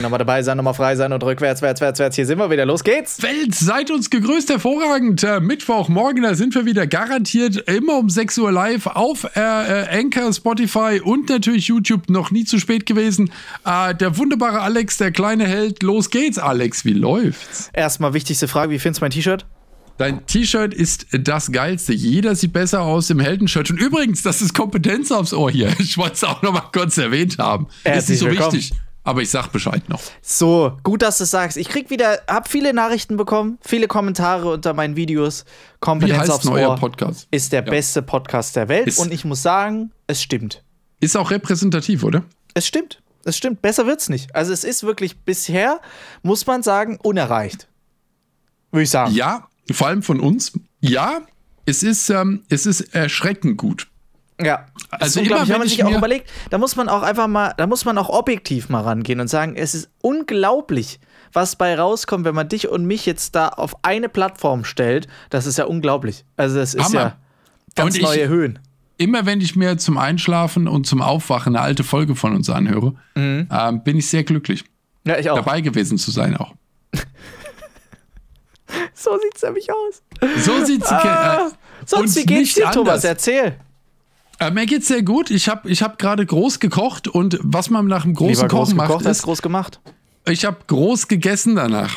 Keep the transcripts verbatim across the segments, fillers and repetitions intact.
Nochmal dabei sein, nochmal frei sein und rückwärts, wärts, wärts, wärts. Hier sind wir wieder. Los geht's. Welt, seid uns gegrüßt, hervorragend. Äh, Mittwochmorgen, da sind wir wieder garantiert immer um sechs Uhr live auf äh, äh, Anchor, Spotify und natürlich YouTube. Noch nie zu spät gewesen. Äh, der wunderbare Alex, der kleine Held. Los geht's, Alex. Wie läuft's? Erstmal wichtigste Frage, wie findest du mein T-Shirt? Dein T-Shirt ist das Geilste. Jeder sieht besser aus im Heldenshirt. Und übrigens, das ist Kompetenz aufs Ohr hier. Ich wollte es auch noch mal kurz erwähnt haben. Ist nicht so willkommen. Wichtig. Aber ich sag Bescheid noch. So, gut, dass du es sagst. Ich krieg wieder, hab viele Nachrichten bekommen, viele Kommentare unter meinen Videos. Kompetenz Wie heißt aufs euer Ohr Podcast? Ist der ja. beste Podcast der Welt. Ist und ich muss sagen, es stimmt. Ist auch repräsentativ, oder? Es stimmt. Es stimmt. Besser wird's nicht. Also es ist wirklich bisher, muss man sagen, unerreicht. Würde ich sagen. Ja, vor allem von uns. Ja, es ist, ähm, es ist erschreckend gut. Ja, also immer, wenn man sich auch überlegt, da muss man auch einfach mal, da muss man auch objektiv mal rangehen und sagen, es ist unglaublich, was bei rauskommt, wenn man dich und mich jetzt da auf eine Plattform stellt. Das ist ja unglaublich. Also das ist Hammer. Ja ganz ich, neue Höhen. Immer wenn ich mir zum Einschlafen und zum Aufwachen eine alte Folge von uns anhöre, mhm. äh, bin ich sehr glücklich. Ja, ich auch. Dabei gewesen zu sein auch. So sieht's nämlich aus. So sieht's ah, äh, Sonst, wie geht's dir, Thomas? Erzähl. Äh, mir geht's sehr gut. Ich habe ich hab gerade groß gekocht und was man nach dem großen Lieber Kochen groß macht, gekocht, ist, als groß gemacht. Ich habe groß gegessen danach.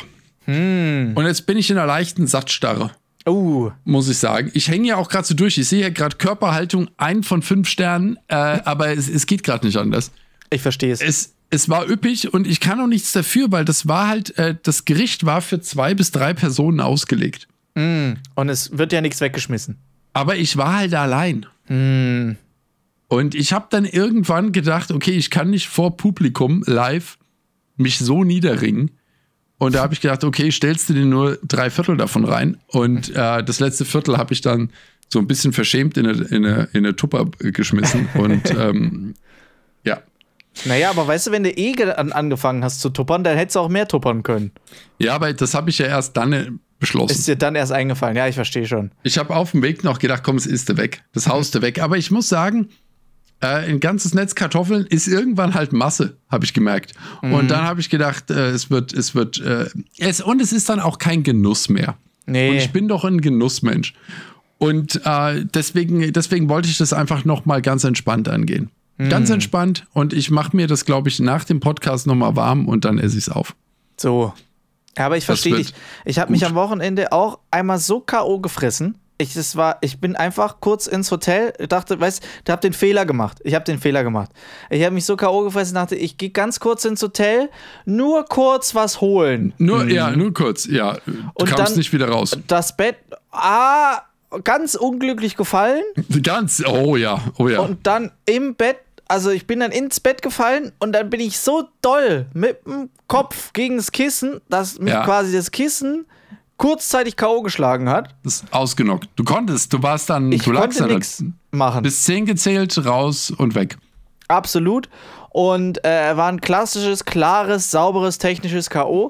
Hm. Und jetzt bin ich in einer leichten Sattstarre. Uh. Muss ich sagen. Ich hänge ja auch gerade so durch. Ich sehe ja gerade Körperhaltung ein von fünf Sternen, äh, aber es, es geht gerade nicht anders. Ich verstehe es. es. Es war üppig und ich kann auch nichts dafür, weil das war halt, äh, das Gericht war für zwei bis drei Personen ausgelegt. Mm. Und es wird ja nichts weggeschmissen. Aber ich war halt allein. Mm. Und ich habe dann irgendwann gedacht, okay, ich kann nicht vor Publikum live mich so niederringen. Und da habe ich gedacht, okay, stellst du dir nur drei Viertel davon rein. Und äh, das letzte Viertel habe ich dann so ein bisschen verschämt in eine, in eine, in eine Tupper geschmissen. Und ähm, ja. Naja, aber weißt du, wenn du eh an, angefangen hast zu tuppern, dann hättest du auch mehr tuppern können. Ja, aber das habe ich ja erst dann äh, beschlossen. Ist dir dann erst eingefallen? Ja, ich verstehe schon. Ich habe auf dem Weg noch gedacht, komm, es ist weg. Das haust du weg. Aber ich muss sagen, äh, ein ganzes Netz Kartoffeln ist irgendwann halt Masse, habe ich gemerkt. Mhm. Und dann habe ich gedacht, äh, es wird, es wird, äh, es, und es ist dann auch kein Genuss mehr. Nee. Und ich bin doch ein Genussmensch. Und äh, deswegen, deswegen wollte ich das einfach noch mal ganz entspannt angehen. Mhm. Ganz entspannt. Und ich mache mir das, glaube ich, nach dem Podcast noch mal warm und dann esse ich es auf. So. Ja, aber ich verstehe dich. Ich habe mich am Wochenende auch einmal so K O gefressen. Ich, das war, ich bin einfach kurz ins Hotel, dachte, weißt du, ich habe den Fehler gemacht. Ich habe den Fehler gemacht. Ich habe mich so K O gefressen, dachte, ich gehe ganz kurz ins Hotel, nur kurz was holen. Nur, mhm. ja, nur kurz, ja. Du und kamst dann nicht wieder raus. Das Bett, ah, ganz unglücklich gefallen. Ganz, oh ja, oh ja. Und dann im Bett, also ich bin dann ins Bett gefallen und dann bin ich so doll mit dem Kopf gegen das Kissen, dass mich ja. quasi das Kissen kurzzeitig K O geschlagen hat. Das ist ausgenockt. Du konntest, du warst dann, ich du lagst konnte nichts machen. Bis zehn gezählt, raus und weg. Absolut. Und äh, war ein klassisches, klares, sauberes, technisches K O.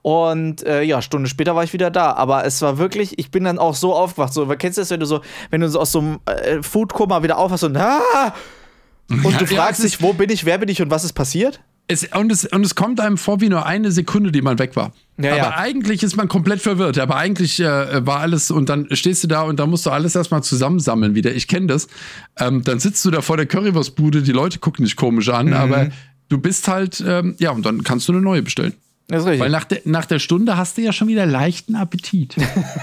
Und äh, ja, Stunde später war ich wieder da. Aber es war wirklich, ich bin dann auch so aufgewacht. So, kennst du das, wenn du so, wenn du so aus so einem äh, Food-Koma wieder aufwachst und ah! Und du ja, fragst ja, dich, wo bin ich, wer bin ich und was ist passiert? Es, und, es, und es kommt einem vor wie nur eine Sekunde, die man weg war. Ja, aber ja. eigentlich ist man komplett verwirrt. Aber eigentlich äh, war alles, und dann stehst du da und dann musst du alles erstmal zusammensammeln wieder. Ich kenne das. Ähm, dann sitzt du da vor der Currywurstbude, die Leute gucken dich komisch an, mhm. aber du bist halt, ähm, ja, und dann kannst du eine neue bestellen. Das ist richtig. Weil nach, de, nach der Stunde hast du ja schon wieder leichten Appetit.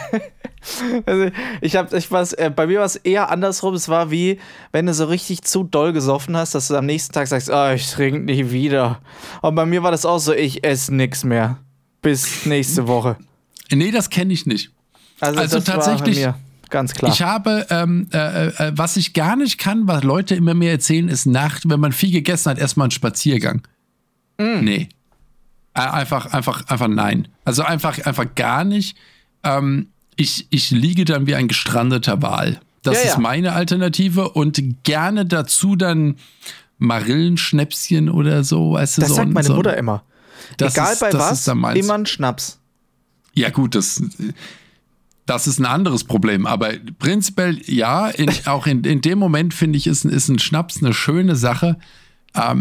Also ich hab, ich was, äh, bei mir war es eher andersrum. Es war wie, wenn du so richtig zu doll gesoffen hast, dass du am nächsten Tag sagst, oh, ich trinke nie wieder. Und bei mir war das auch so, ich esse nichts mehr. Bis nächste Woche. Nee, das kenne ich nicht. Also, also das tatsächlich, war bei mir ganz klar. Ich habe, ähm, äh, äh, was ich gar nicht kann, was Leute immer mehr erzählen, ist Nacht, wenn man viel gegessen hat, erstmal ein Spaziergang. Mm. Nee. Einfach, einfach, einfach nein. Also einfach, einfach gar nicht. Ähm, ich, ich liege dann wie ein gestrandeter Wal. Das ja, ja. ist meine Alternative und gerne dazu dann Marillenschnäpschen oder so. Weißt du, das so sagt ein, meine so Mutter immer. Egal ist, bei was, immer ein Schnaps. Ja gut, das, das ist ein anderes Problem. Aber prinzipiell ja, in, auch in, in dem Moment finde ich, ist, ist ein Schnaps eine schöne Sache. Ähm,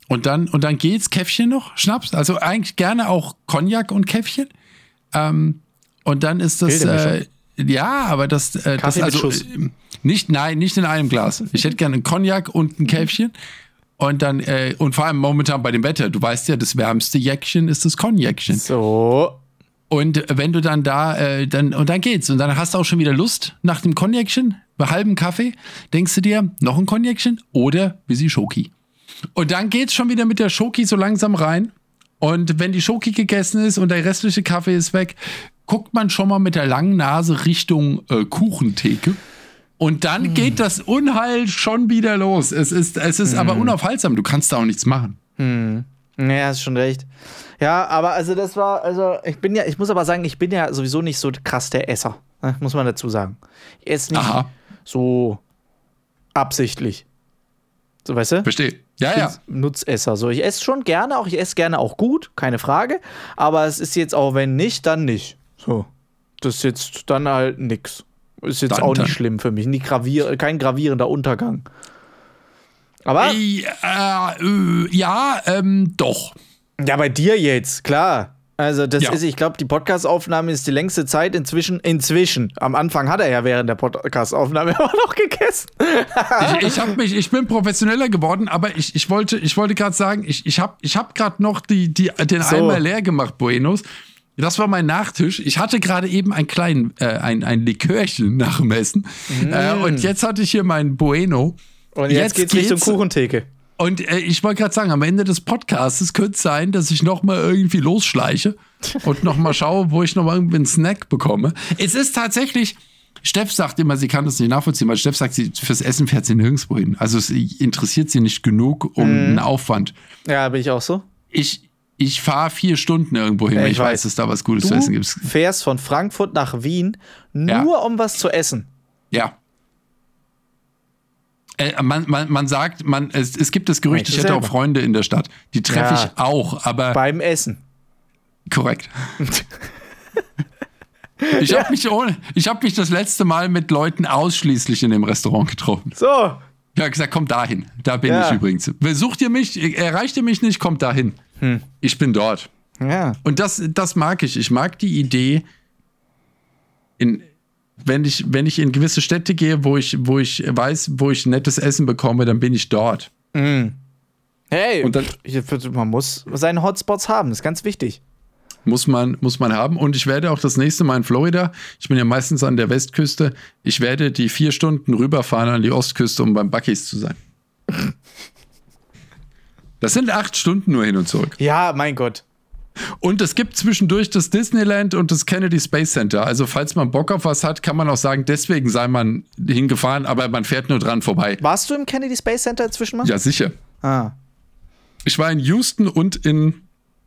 Und dann, und dann geht's, Käffchen noch, Schnaps, also eigentlich gerne auch Cognac und Käffchen. Ähm, und dann ist das, äh, ja, aber das, äh, das also äh, nicht, nein, nicht in einem Glas. Ich hätte gerne einen Cognac und ein Käffchen. Und dann, äh, und vor allem momentan bei dem Wetter, du weißt ja, das wärmste Jäckchen ist das Cognacchen. So. Und wenn du dann da, äh, dann, und dann geht's. Und dann hast du auch schon wieder Lust nach dem Cognacchen, bei halbem Kaffee, denkst du dir, noch ein Cognacchen oder wie sie Schoki. Und dann geht's schon wieder mit der Schoki so langsam rein. Und wenn die Schoki gegessen ist und der restliche Kaffee ist weg, guckt man schon mal mit der langen Nase Richtung äh, Kuchentheke. Und dann hm. geht das Unheil schon wieder los. Es ist, es ist hm. aber unaufhaltsam. Du kannst da auch nichts machen. Hm. Ja, hast schon recht. Ja, aber also das war, also ich bin ja, ich muss aber sagen, ich bin ja sowieso nicht so krass der Esser. Ne? Muss man dazu sagen. Ich esse nicht Aha. so absichtlich. So, weißt du? Verstehe. Ja, ja. Nutzesser. So, ich esse schon gerne, auch ich esse gerne auch gut, keine Frage. Aber es ist jetzt auch, wenn nicht, dann nicht. So. Das ist jetzt dann halt nix. Ist jetzt dann, auch nicht dann. schlimm für mich. Nicht gravier- kein gravierender Untergang. Aber? Äh, äh, ja, ähm, doch. Ja, bei dir jetzt, klar. Also, das ja. ist, ich glaube, die Podcast-Aufnahme ist die längste Zeit inzwischen. Inzwischen. Am Anfang hat er ja während der Podcast-Aufnahme auch noch gegessen. ich, ich, hab mich, ich bin professioneller geworden, aber ich, ich wollte, ich wollte gerade sagen, ich, ich habe ich hab gerade noch die, die, den so. Eimer leer gemacht, Buenos. Das war mein Nachtisch. Ich hatte gerade eben ein kleinen, äh, ein, ein Likörchen nach dem Essen. Mm. Äh, und jetzt hatte ich hier mein Bueno. Und jetzt, jetzt geht's Richtung Kuchentheke. Und äh, ich wollte gerade sagen, am Ende des Podcasts könnte es sein, dass ich noch mal irgendwie losschleiche und noch mal schaue, wo ich noch mal irgendwie einen Snack bekomme. Es ist tatsächlich, Steff sagt immer, sie kann das nicht nachvollziehen, weil Steff sagt, sie, fürs Essen fährt sie nirgendwo hin. Also es interessiert sie nicht genug um mhm. einen Aufwand. Ja, bin ich auch so. Ich, ich fahre vier Stunden irgendwo hin, ja, weil ich, ich weiß, weiß, dass da was Gutes du zu essen gibt. Du fährst von Frankfurt nach Wien nur ja. um was zu essen. Ja. Äh, man, man, man sagt, man, es, es gibt das Gerücht, ich hätte selber. auch Freunde in der Stadt. Die treffe ja. ich auch, aber. Beim Essen. Korrekt. ich ja. habe mich, hab mich das letzte Mal mit Leuten ausschließlich in dem Restaurant getroffen. So. Ich habe gesagt, kommt dahin. Da bin ja. ich übrigens. Sucht ihr mich, erreicht ihr mich nicht, kommt dahin. Hm. Ich bin dort. Ja. Und das, das mag ich. Ich mag die Idee, in. Wenn ich, wenn ich in gewisse Städte gehe, wo ich, wo ich weiß, wo ich nettes Essen bekomme, dann bin ich dort. Mm. Hey, und dann, man muss seine Hotspots haben, das ist ganz wichtig. Muss man, muss man haben. Und ich werde auch das nächste Mal in Florida, ich bin ja meistens an der Westküste, ich werde die vier Stunden rüberfahren an die Ostküste, um beim Buc-ee's zu sein. Das sind acht Stunden nur hin und zurück. Ja, mein Gott. Und es gibt zwischendurch das Disneyland und das Kennedy Space Center. Also falls man Bock auf was hat, kann man auch sagen, deswegen sei man hingefahren, aber man fährt nur dran vorbei. Warst du im Kennedy Space Center inzwischen mal? Ja, sicher. Ah. Ich war in Houston und in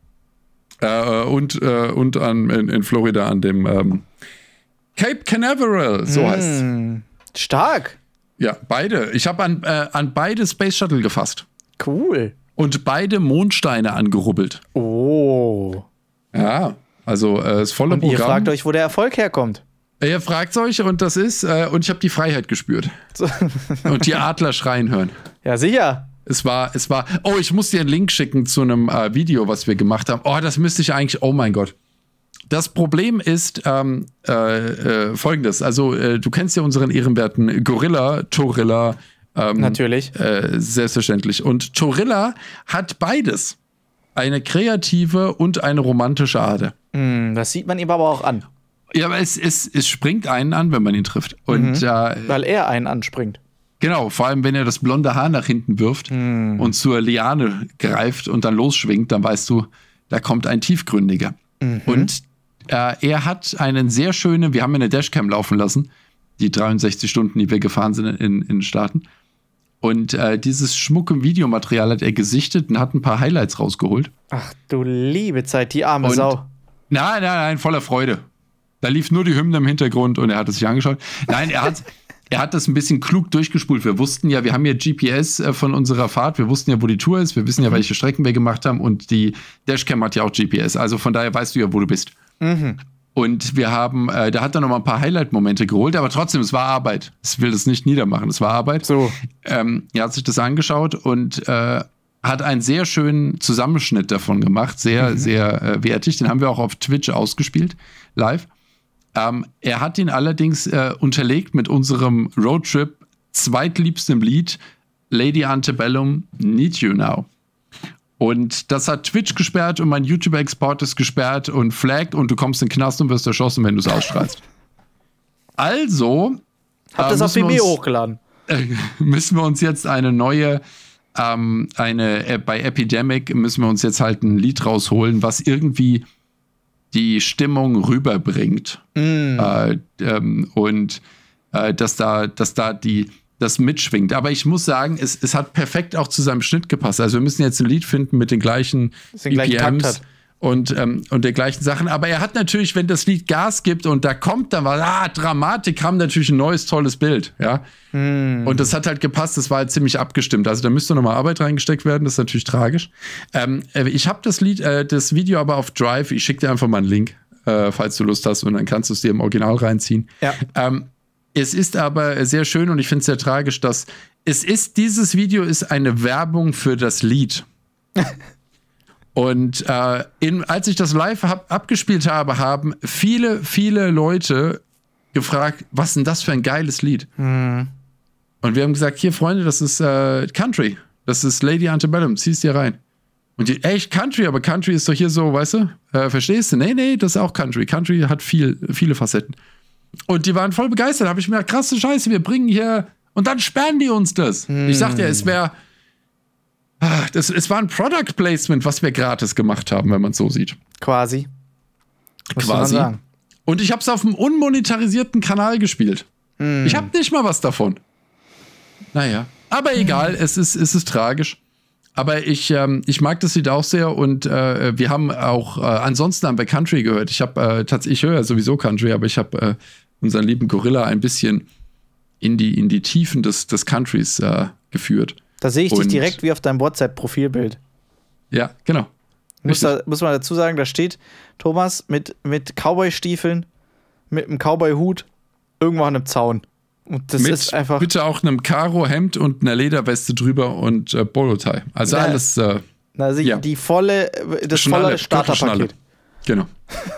äh, und, äh, und an, in, in Florida an dem ähm, Cape Canaveral, so mm, heißt es. Stark. Ja, beide. Ich habe an, äh, an beide Space Shuttle gefasst. Cool. Und beide Mondsteine angerubbelt. Oh. Ja, also äh, das volle und Programm. Ihr fragt euch, wo der Erfolg herkommt. Ihr fragt euch und das ist, äh, und ich habe die Freiheit gespürt. So. Und die Adler schreien hören. Ja, sicher. Es war, es war, oh, ich muss dir einen Link schicken zu einem äh, Video, was wir gemacht haben. Oh, das müsste ich eigentlich, oh mein Gott. Das Problem ist ähm, äh, äh, folgendes. Also, äh, du kennst ja unseren ehrenwerten Gorilla, Torilla. Ähm, Natürlich. Äh, selbstverständlich. Und Torilla hat beides. Eine kreative und eine romantische Ader. Mm, das sieht man ihm aber auch an. Ja, aber es, es, es springt einen an, wenn man ihn trifft. Und, mhm, äh, weil er einen anspringt. Genau, vor allem wenn er das blonde Haar nach hinten wirft mm. und zur Liane greift und dann losschwingt, dann weißt du, da kommt ein Tiefgründiger. Mhm. Und äh, er hat einen sehr schönen, wir haben eine Dashcam laufen lassen, die dreiundsechzig Stunden, die wir gefahren sind in, in den Staaten. Und äh, dieses schmucke Videomaterial hat er gesichtet und hat ein paar Highlights rausgeholt. Ach du liebe Zeit, die arme und, Sau. Nein, nein, nein, voller Freude. Da lief nur die Hymne im Hintergrund und er hat es sich angeschaut. Nein, er hat, er hat das ein bisschen klug durchgespult. Wir wussten ja, wir haben ja G P S äh, von unserer Fahrt. Wir wussten ja, wo die Tour ist. Wir wissen ja, welche Strecken wir gemacht haben. Und die Dashcam hat ja auch G P S. Also von daher weißt du ja, wo du bist. Mhm. Und wir haben, äh, da hat er noch mal ein paar Highlight-Momente geholt, aber trotzdem, es war Arbeit. Ich will das nicht niedermachen, es war Arbeit. So. Ähm, er hat sich das angeschaut und äh, hat einen sehr schönen Zusammenschnitt davon gemacht, sehr, mhm. sehr äh, wertig. Den haben wir auch auf Twitch ausgespielt, live. Ähm, er hat ihn allerdings äh, unterlegt mit unserem Roadtrip zweitliebstem Lied, Lady Antebellum, Need You Now. Und das hat Twitch gesperrt und mein YouTube-Export ist gesperrt und Flag und du kommst in den Knast und wirst erschossen, wenn du es ausstrahlst. Also Hab äh, das auf Vimeo hochgeladen. Äh, müssen wir uns jetzt eine neue, ähm, eine äh, bei Epidemic müssen wir uns jetzt halt ein Lied rausholen, was irgendwie die Stimmung rüberbringt. Mm. Äh, ähm, und äh, dass da, dass da die das mitschwingt. Aber ich muss sagen, es, es hat perfekt auch zu seinem Schnitt gepasst. Also wir müssen jetzt ein Lied finden mit den gleichen E P Ms und, ähm, und der gleichen Sachen. Aber er hat natürlich, wenn das Lied Gas gibt und da kommt dann was, ah, Dramatik, haben natürlich ein neues, tolles Bild. Ja? Hm. Und das hat halt gepasst, das war halt ziemlich abgestimmt. Also da müsste nochmal Arbeit reingesteckt werden, das ist natürlich tragisch. Ähm, ich habe das Lied, äh, das Video aber auf Drive, ich schicke dir einfach mal einen Link, äh, falls du Lust hast, und dann kannst du es dir im Original reinziehen. Ja. Ähm, Es ist aber sehr schön und ich finde es sehr tragisch, dass es ist, dieses Video ist eine Werbung für das Lied. Und äh, in, als ich das live hab, abgespielt habe, haben viele, viele Leute gefragt, was ist denn das für ein geiles Lied? Hm. Und wir haben gesagt, hier Freunde, das ist äh, Country. Das ist Lady Antebellum, zieh's dir rein. Und die, echt Country, aber Country ist doch hier so, weißt du, äh, verstehst du? Nee, nee, das ist auch Country. Country hat viel, viele Facetten. Und die waren voll begeistert. Da habe ich mir gedacht, krasse Scheiße, wir bringen hier. Und dann sperren die uns das. Hm. Ich sagte ja, es wäre. Das, es war ein Product Placement, was wir gratis gemacht haben, wenn man es so sieht. Quasi. Quasi. Und ich habe es auf einem unmonetarisierten Kanal gespielt. Hm. Ich habe nicht mal was davon. Naja. Aber egal, hm. es, ist, es ist tragisch. Aber ich, ähm, ich mag das Lied auch sehr und äh, wir haben auch, äh, ansonsten haben wir Country gehört. Ich habe äh, tatsächlich, ich höre ja sowieso Country, aber ich habe äh, unseren lieben Gorilla ein bisschen in die, in die Tiefen des, des Countries äh, geführt. Da sehe ich und, dich direkt wie auf deinem WhatsApp-Profilbild. Ja, genau. Muss, da, muss man dazu sagen, da steht Thomas mit, mit Cowboy-Stiefeln, mit einem Cowboy-Hut, irgendwo an einem Zaun. Und das mit ist einfach. Bitte auch einem Karo-Hemd und einer Lederweste drüber und äh, Bolo-Tie. Also na, alles. Äh, also ja. die volle, das Schnalle, volle Starterpaket. Genau.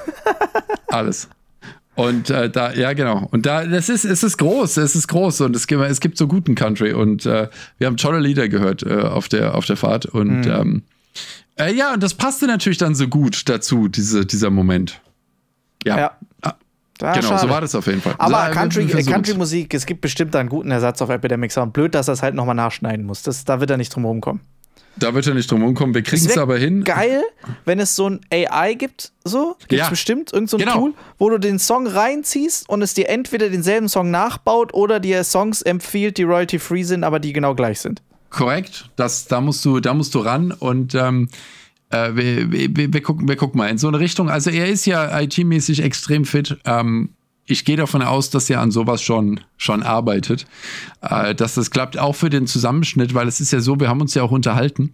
Alles. Und äh, da, ja, genau. Und da, das ist, es ist groß, es ist groß und es gibt, es gibt so guten Country und äh, wir haben tolle Lieder gehört äh, auf der, auf der Fahrt und mhm. ähm, äh, ja, und das passte natürlich dann so gut dazu, diese, dieser Moment. Ja. ja. Ja, genau, schade. So war das auf jeden Fall. Aber Country, äh, Country-Musik, es gibt bestimmt einen guten Ersatz auf Epidemic Sound. Blöd, dass er es halt nochmal nachschneiden muss. Das, da wird er nicht drum rumkommen. Da wird er nicht drum rumkommen. Wir kriegen es aber hin. Geil, wenn es so ein A I gibt, so, gibt es ja. bestimmt, irgend so ein genau. Tool, wo du den Song reinziehst und es dir entweder denselben Song nachbaut oder dir Songs empfiehlt, die royalty-free sind, aber die genau gleich sind. Korrekt. Das, da, musst du, da musst du ran und ähm, Äh, wir, wir, wir, gucken, wir gucken mal in so eine Richtung. Also er ist ja I T-mäßig extrem fit. Ähm, ich gehe davon aus, dass er an sowas schon, schon arbeitet. Äh, dass das klappt auch für den Zusammenschnitt, weil es ist ja so, wir haben uns ja auch unterhalten.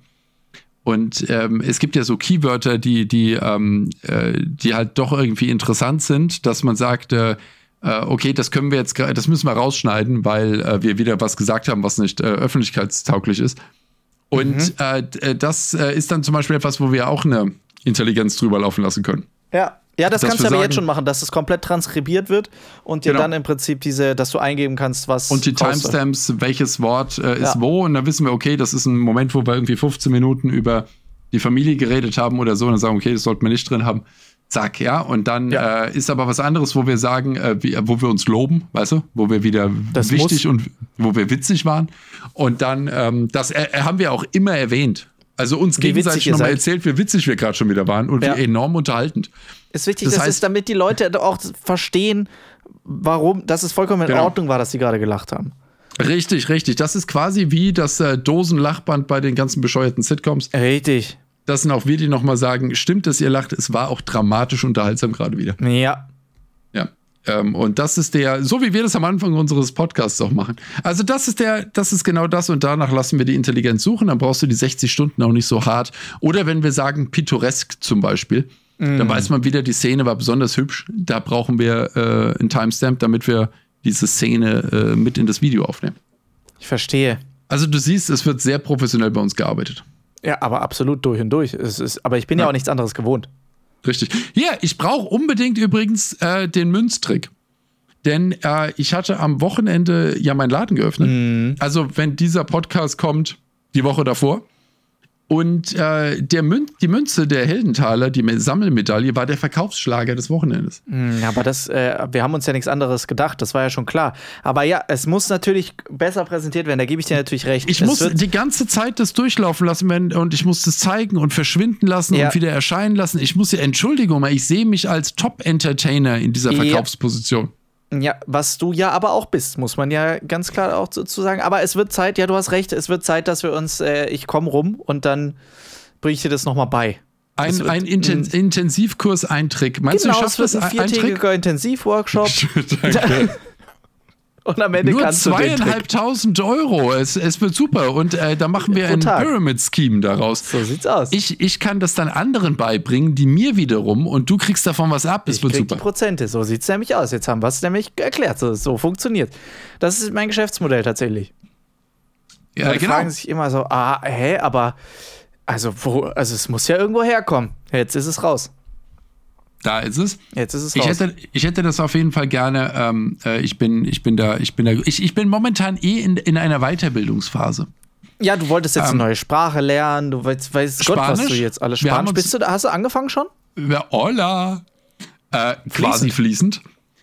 Und ähm, es gibt ja so Keywörter, die, die, ähm, äh, die halt doch irgendwie interessant sind, dass man sagt, äh, okay, das können wir jetzt, das müssen wir rausschneiden, weil äh, wir wieder was gesagt haben, was nicht äh, öffentlichkeitstauglich ist. Und mhm. äh, das äh, ist dann zum Beispiel etwas, wo wir auch eine Intelligenz drüber laufen lassen können. Ja, ja das dass kannst du aber sagen, jetzt schon machen, dass es komplett transkribiert wird und dir genau. dann im Prinzip diese, dass du eingeben kannst, was. Und die Timestamps, welches Wort äh, ist ja. wo. Und dann wissen wir, okay, das ist ein Moment, wo wir irgendwie fünfzehn Minuten über die Familie geredet haben oder so. Und dann sagen, okay, das sollten wir nicht drin haben. Zack, ja. Und dann ja. Äh, ist aber was anderes, wo wir sagen, äh, wie, wo wir uns loben, weißt du, wo wir wieder das wichtig muss. und wo wir witzig waren. Und dann, ähm, das äh, haben wir auch immer erwähnt. Also uns wie gegenseitig nochmal erzählt, wie witzig wir gerade schon wieder waren und ja. wie enorm unterhaltend. Ist wichtig, das, das heißt, ist, damit die Leute auch verstehen, warum, dass es vollkommen in genau. Ordnung war, dass sie gerade gelacht haben. Richtig, richtig. Das ist quasi wie das äh, Dosenlachband bei den ganzen bescheuerten Sitcoms. Richtig. Das sind auch wir, die nochmal sagen, stimmt, dass ihr lacht, es war auch dramatisch unterhaltsam gerade wieder. Ja. Ja. Ähm, und das ist der, so wie wir das am Anfang unseres Podcasts auch machen. Also das ist der, das ist genau das und danach lassen wir die Intelligenz suchen, dann brauchst du die sechzig Stunden auch nicht so hart. Oder wenn wir sagen pittoresk zum Beispiel, mm. dann weiß man wieder, die Szene war besonders hübsch. Da brauchen wir äh, einen Timestamp, damit wir diese Szene äh, mit in das Video aufnehmen. Ich verstehe. Also du siehst, es wird sehr professionell bei uns gearbeitet. Ja, aber absolut durch und durch. Es ist, aber ich bin ja, ja auch nichts anderes gewohnt. Richtig. Ja, ich brauche unbedingt übrigens äh, den Münztrick. Denn äh, ich hatte am Wochenende ja meinen Laden geöffnet. Mhm. Also wenn dieser Podcast kommt, die Woche davor. Und äh, der Mün- die Münze der Heldenthaler, die Sammelmedaille, war der Verkaufsschlager des Wochenendes. Ja, aber das, äh, wir haben uns ja nichts anderes gedacht, das war ja schon klar. Aber ja, es muss natürlich besser präsentiert werden, da gebe ich dir natürlich recht. Ich es muss die ganze Zeit das durchlaufen lassen und ich muss das zeigen und verschwinden lassen ja. und wieder erscheinen lassen. Ich muss ja, Entschuldigung, ich sehe mich als Top-Entertainer in dieser Verkaufsposition. Ja. Ja, was du ja aber auch bist, muss man ja ganz klar auch dazu sagen. Aber es wird Zeit, ja, du hast recht, es wird Zeit, dass wir uns, äh, ich komme rum und dann bringe ich dir das nochmal bei. Ein, wird, ein Inten- Intensivkurs, ein Trick. Meinst genau, du, du schaffst das? Ein viertägiger Intensivworkshop. Danke. Und am Ende Nur kannst du den Trick. zweieinhalbtausend Euro. Es, es wird super. Und äh, da machen wir ein Pyramid-Scheme daraus. So sieht's aus. Ich, ich kann das dann anderen beibringen, die mir wiederum, und du kriegst davon was ab. Es ich wird krieg super. Die Prozente. So sieht's nämlich aus. Jetzt haben wir es nämlich erklärt. So, so funktioniert. Das ist mein Geschäftsmodell tatsächlich. Ja, die genau. fragen sich immer so, ah, hä, aber also, wo, also es muss ja irgendwo herkommen. Jetzt ist es raus. Da ist es. Jetzt ist es ich raus. hätte, ich hätte das auf jeden Fall gerne. Ähm, äh, ich bin, ich bin da, ich bin da, ich, ich bin momentan eh in, in einer Weiterbildungsphase. Ja, du wolltest jetzt ähm, eine neue Sprache lernen. Du weißt, weißt Gott, was du jetzt alles Spanisch bist. Du, hast du angefangen schon? Ja, hola. Äh, quasi fließend.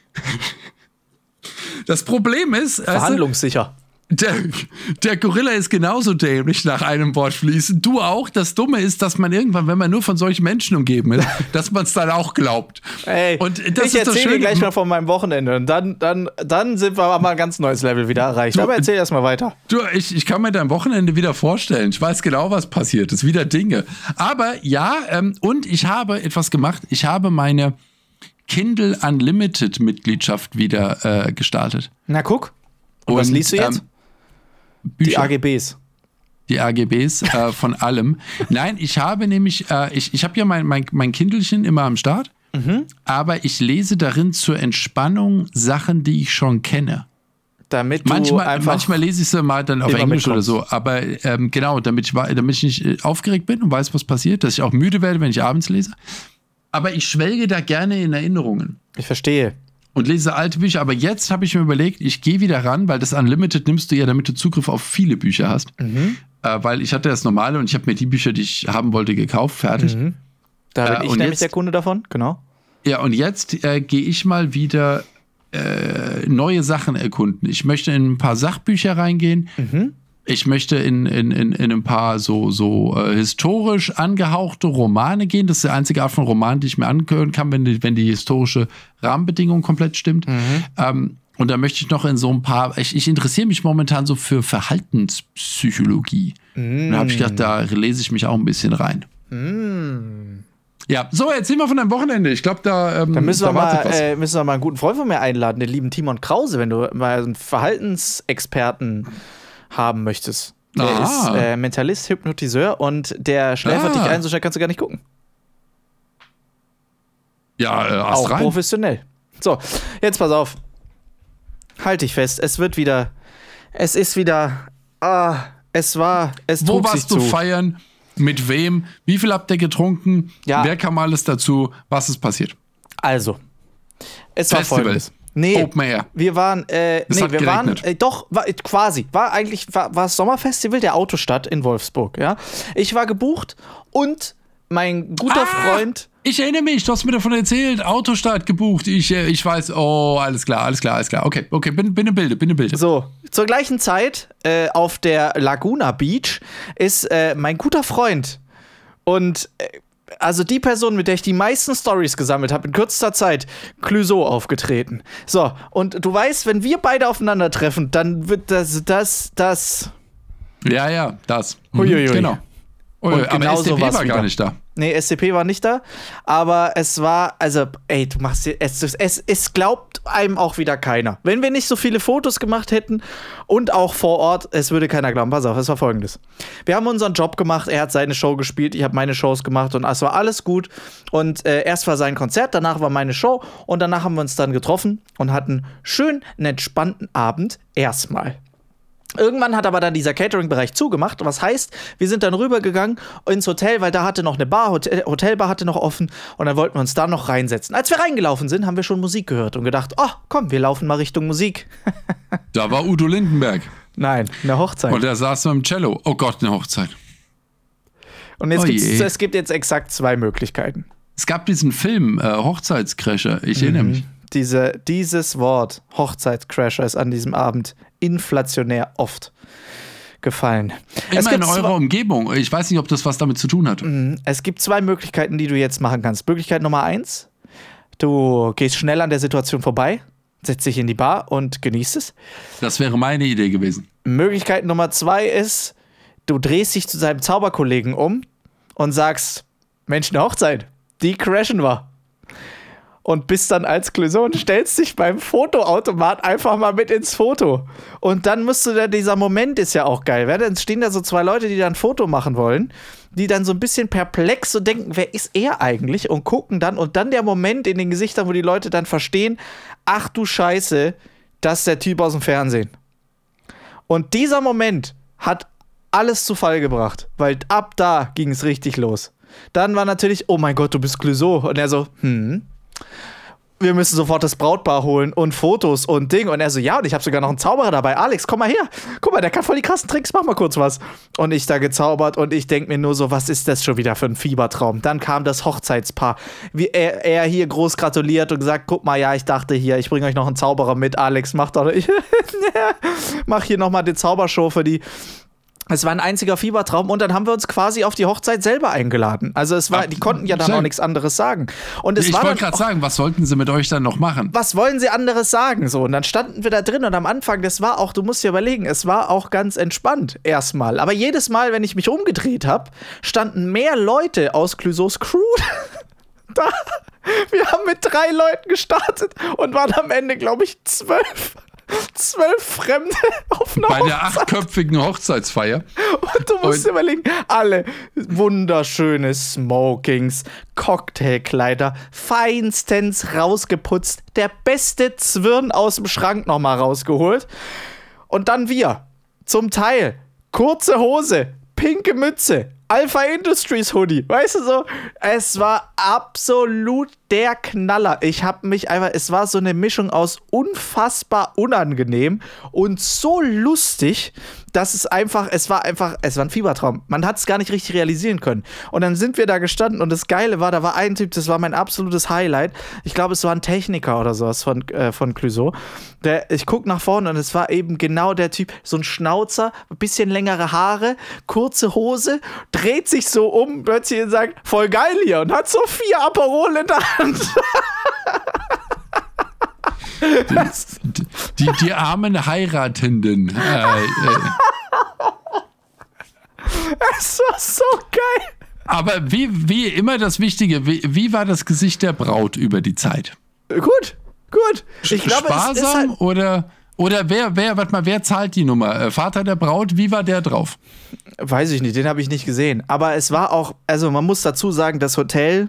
Das Problem ist, verhandlungssicher. Der, der Gorilla ist genauso dämlich nach einem Wort fließen. Du auch. Das Dumme ist, dass man irgendwann, wenn man nur von solchen Menschen umgeben ist, dass man es dann auch glaubt. Ey, und das ich erzähle dir gleich mal von meinem Wochenende und dann, dann, dann sind wir mal ein ganz neues Level wieder erreicht. Du, aber erzähl erst mal weiter. Du, ich, ich kann mir dein Wochenende wieder vorstellen. Ich weiß genau, was passiert ist. Wieder Dinge. Aber ja, ähm, und ich habe etwas gemacht. Ich habe meine Kindle Unlimited Mitgliedschaft wieder äh, gestartet. Na guck. Und, und was liest du jetzt? Ähm, Bücher. Die A G Bs. Die A G Bs äh, von allem. Nein, ich habe nämlich, äh, ich, ich habe ja mein, mein, mein Kindlechen immer am Start, mhm. aber ich lese darin zur Entspannung Sachen, die ich schon kenne. Damit du manchmal, einfach manchmal lese ich sie mal dann auf Englisch oder so, aber ähm, genau, damit ich, damit ich nicht aufgeregt bin und weiß, was passiert, dass ich auch müde werde, wenn ich abends lese. Aber ich schwelge da gerne in Erinnerungen. Ich verstehe. Und lese alte Bücher, aber jetzt habe ich mir überlegt, ich gehe wieder ran, weil das Unlimited nimmst du ja, damit du Zugriff auf viele Bücher hast. Mhm. Äh, weil ich hatte das Normale und ich habe mir die Bücher, die ich haben wollte, gekauft, fertig. Mhm. Da bin äh, ich nämlich jetzt, der Kunde davon, genau. Ja, und jetzt äh, gehe ich mal wieder äh, neue Sachen erkunden. Ich möchte in ein paar Sachbücher reingehen. Mhm. Ich möchte in, in, in, in ein paar so, so äh, historisch angehauchte Romane gehen. Das ist die einzige Art von Roman, die ich mir angehören kann, wenn die, wenn die historische Rahmenbedingung komplett stimmt. Mhm. Ähm, und da möchte ich noch in so ein paar, ich, ich interessiere mich momentan so für Verhaltenspsychologie. Mhm. Und da habe ich gedacht, da lese ich mich auch ein bisschen rein. Mhm. Ja, so, erzähl mal von deinem Wochenende. Ich glaube, da, ähm, da, müssen, da wir mal, äh, müssen wir mal einen guten Freund von mir einladen, den lieben Timon Krause, wenn du mal einen Verhaltensexperten haben möchtest. Der ah. ist äh, Mentalist, Hypnotiseur und der schläfert ah. dich ein, so schnell kannst du gar nicht gucken. Ja, äh, auch rein. Professionell. So, jetzt pass auf. Halt dich fest, es wird wieder, es ist wieder, ah, es war, es Wo trug warst sich du zu. feiern? Mit wem? Wie viel habt ihr getrunken? Ja. Wer kam alles dazu? Was ist passiert? Also, es Festival. war folgendes. Nee, Open Air. Wir waren, äh, es nee, hat wir geregnet. waren, äh, doch, war, äh, quasi, war eigentlich, war, war das Sommerfestival der Autostadt in Wolfsburg, ja. Ich war gebucht und mein guter ah, Freund. Ich erinnere mich, du hast mir davon erzählt, Autostadt gebucht, ich, äh, ich weiß, oh, alles klar, alles klar, alles klar, okay, okay, bin, bin im Bilde, bin im Bilde. So, zur gleichen Zeit äh, auf der Laguna Beach ist äh, mein guter Freund und äh, also die Person, mit der ich die meisten Stories gesammelt habe, in kürzester Zeit, Clouseau aufgetreten. So, und du weißt, wenn wir beide aufeinandertreffen, dann wird das, das, das. Ja, ja, das. Mhm, Huiuiui. Genau. Und aber genau S D P so war wieder. gar nicht da. Nee, S C P war nicht da, aber es war, also, ey, du machst dir, es, es, es glaubt einem auch wieder keiner. Wenn wir nicht so viele Fotos gemacht hätten und auch vor Ort, es würde keiner glauben. Pass auf, es war folgendes. Wir haben unseren Job gemacht, er hat seine Show gespielt, ich habe meine Shows gemacht und es war alles gut. Und äh, erst war sein Konzert, danach war meine Show und danach haben wir uns dann getroffen und hatten schön einen entspannten Abend erstmal. Irgendwann hat aber dann dieser Catering-Bereich zugemacht, was heißt, wir sind dann rübergegangen ins Hotel, weil da hatte noch eine Bar, Hotel, Hotelbar hatte noch offen und dann wollten wir uns da noch reinsetzen. Als wir reingelaufen sind, haben wir schon Musik gehört und gedacht, oh, komm, wir laufen mal Richtung Musik. Da war Udo Lindenberg. Nein, eine Hochzeit. Und er saß mit dem Cello. Oh Gott, eine Hochzeit. Und jetzt oh gibt's, es gibt jetzt exakt zwei Möglichkeiten. Es gab diesen Film, äh, Hochzeitscrasher, ich mhm. erinnere mich. Diese, dieses Wort, Hochzeitscrasher, ist an diesem Abend inflationär oft gefallen. Immer in eurer Umgebung. Ich weiß nicht, ob das was damit zu tun hat. Es gibt zwei Möglichkeiten, die du jetzt machen kannst. Möglichkeit Nummer eins, du gehst schnell an der Situation vorbei, setzt dich in die Bar und genießt es. Das wäre meine Idee gewesen. Möglichkeit Nummer zwei ist, du drehst dich zu deinem Zauberkollegen um und sagst, Mensch, eine Hochzeit, die crashen wir. Und bist dann als Clouseau und stellst dich beim Fotoautomat einfach mal mit ins Foto. Und dann musst du da, dieser Moment ist ja auch geil, weil dann stehen da so zwei Leute, die dann ein Foto machen wollen, die dann so ein bisschen perplex so denken, wer ist er eigentlich? Und gucken dann, und dann der Moment in den Gesichtern, wo die Leute dann verstehen, ach du Scheiße, das ist der Typ aus dem Fernsehen. Und dieser Moment hat alles zu Fall gebracht, weil ab da ging es richtig los. Dann war natürlich, oh mein Gott, du bist Clouseau. Und er so, hm, wir müssen sofort das Brautpaar holen und Fotos und Ding. Und er so, ja, und ich habe sogar noch einen Zauberer dabei. Alex, komm mal her. Guck mal, der kann voll die krassen Tricks, mach mal kurz was. Und ich da gezaubert und ich denke mir nur so, was ist das schon wieder für ein Fiebertraum? Dann kam das Hochzeitspaar. Wie er, er hier groß gratuliert und gesagt, guck mal, ja, ich dachte hier, ich bringe euch noch einen Zauberer mit. Alex, mach doch, ich mach hier nochmal die Zaubershow für die. Es war ein einziger Fiebertraum und dann haben wir uns quasi auf die Hochzeit selber eingeladen. Also es war, die konnten ja dann auch nichts anderes sagen. Und es ich war wollte gerade sagen, was wollten sie mit euch dann noch machen? Was wollen sie anderes sagen? So, und dann standen wir da drin und am Anfang, das war auch, du musst dir überlegen, es war auch ganz entspannt erstmal. Aber jedes Mal, wenn ich mich umgedreht habe, standen mehr Leute aus Clouseaus Crew da. Wir haben mit drei Leuten gestartet und waren am Ende, glaube ich, zwölf. Zwölf Fremde auf einer Bei Hochzeit. der achtköpfigen Hochzeitsfeier. Und du musst dir überlegen, alle wunderschöne Smokings, Cocktailkleider, feinstens rausgeputzt, der beste Zwirn aus dem Schrank nochmal rausgeholt. Und dann wir, zum Teil, kurze Hose, pinke Mütze, Alpha Industries Hoodie, weißt du so? Es war absolut der Knaller. Ich hab mich einfach, es war so eine Mischung aus unfassbar unangenehm und so lustig, dass es einfach, es war einfach, es war ein Fiebertraum. Man hat es gar nicht richtig realisieren können. Und dann sind wir da gestanden und das Geile war, da war ein Typ, das war mein absolutes Highlight. Ich glaube, es war ein Techniker oder sowas von, äh, von Clouseau. Der, ich guck nach vorne und es war eben genau der Typ, so ein Schnauzer, ein bisschen längere Haare, kurze Hose, dreht sich so um plötzlich und sagt, voll geil hier und hat so vier Aperol in der Hand. Die, die, die armen Heiratenden. Äh, äh. Es war so geil. Aber wie, wie immer das Wichtige, wie, wie war das Gesicht der Braut über die Zeit? Gut, gut. Ich glaube, Sparsam es ist halt oder, oder wer, wer, warte mal, wer zahlt die Nummer? Äh, Vater der Braut, wie war der drauf? Weiß ich nicht, den habe ich nicht gesehen. Aber es war auch, also man muss dazu sagen, das Hotel,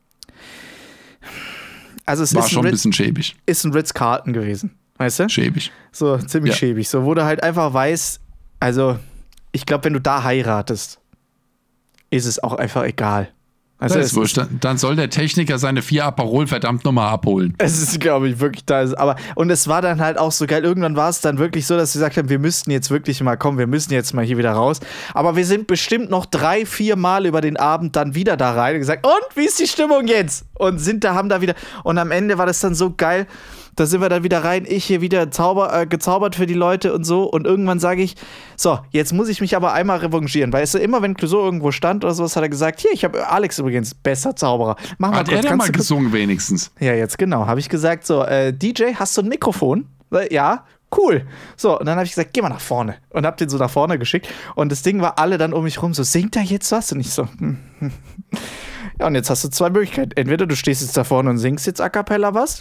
also es war ist schon ein, ein bisschen schäbig. Ist ein Ritz-Carlton gewesen, weißt du? Schäbig. So, ziemlich ja. schäbig. So, wo du halt einfach weißt, also ich glaube, wenn du da heiratest, ist es auch einfach egal. Also das ist wurscht. Dann, dann soll der Techniker seine vier Aperol verdammt nochmal abholen. Es ist, glaube ich, wirklich da. Aber, und es war dann halt auch so geil. Irgendwann war es dann wirklich so, dass sie gesagt haben, wir müssten jetzt wirklich mal kommen, wir müssen jetzt mal hier wieder raus. Aber wir sind bestimmt noch drei, vier Mal über den Abend dann wieder da rein und gesagt, und wie ist die Stimmung jetzt? Und sind da, haben da wieder. Und am Ende war das dann so geil. Da sind wir dann wieder rein, ich hier wieder zauber, äh, gezaubert für die Leute und so. Und irgendwann sage ich, so, jetzt muss ich mich aber einmal revanchieren. Weißt du, immer wenn Clouseau irgendwo stand oder sowas, hat er gesagt, hier, ich habe Alex übrigens, bester Zauberer. Mach mal hat kurz, er denn mal du gesungen wenigstens? Ja, jetzt genau. Habe ich gesagt, so, äh, D J, hast du ein Mikrofon? Ja, cool. So, und dann habe ich gesagt, geh mal nach vorne. Und hab den so nach vorne geschickt. Und das Ding war alle dann um mich rum so, singt da jetzt was? Und ich so, hm, hm. Ja, und jetzt hast du zwei Möglichkeiten. Entweder du stehst jetzt da vorne und singst jetzt a cappella was.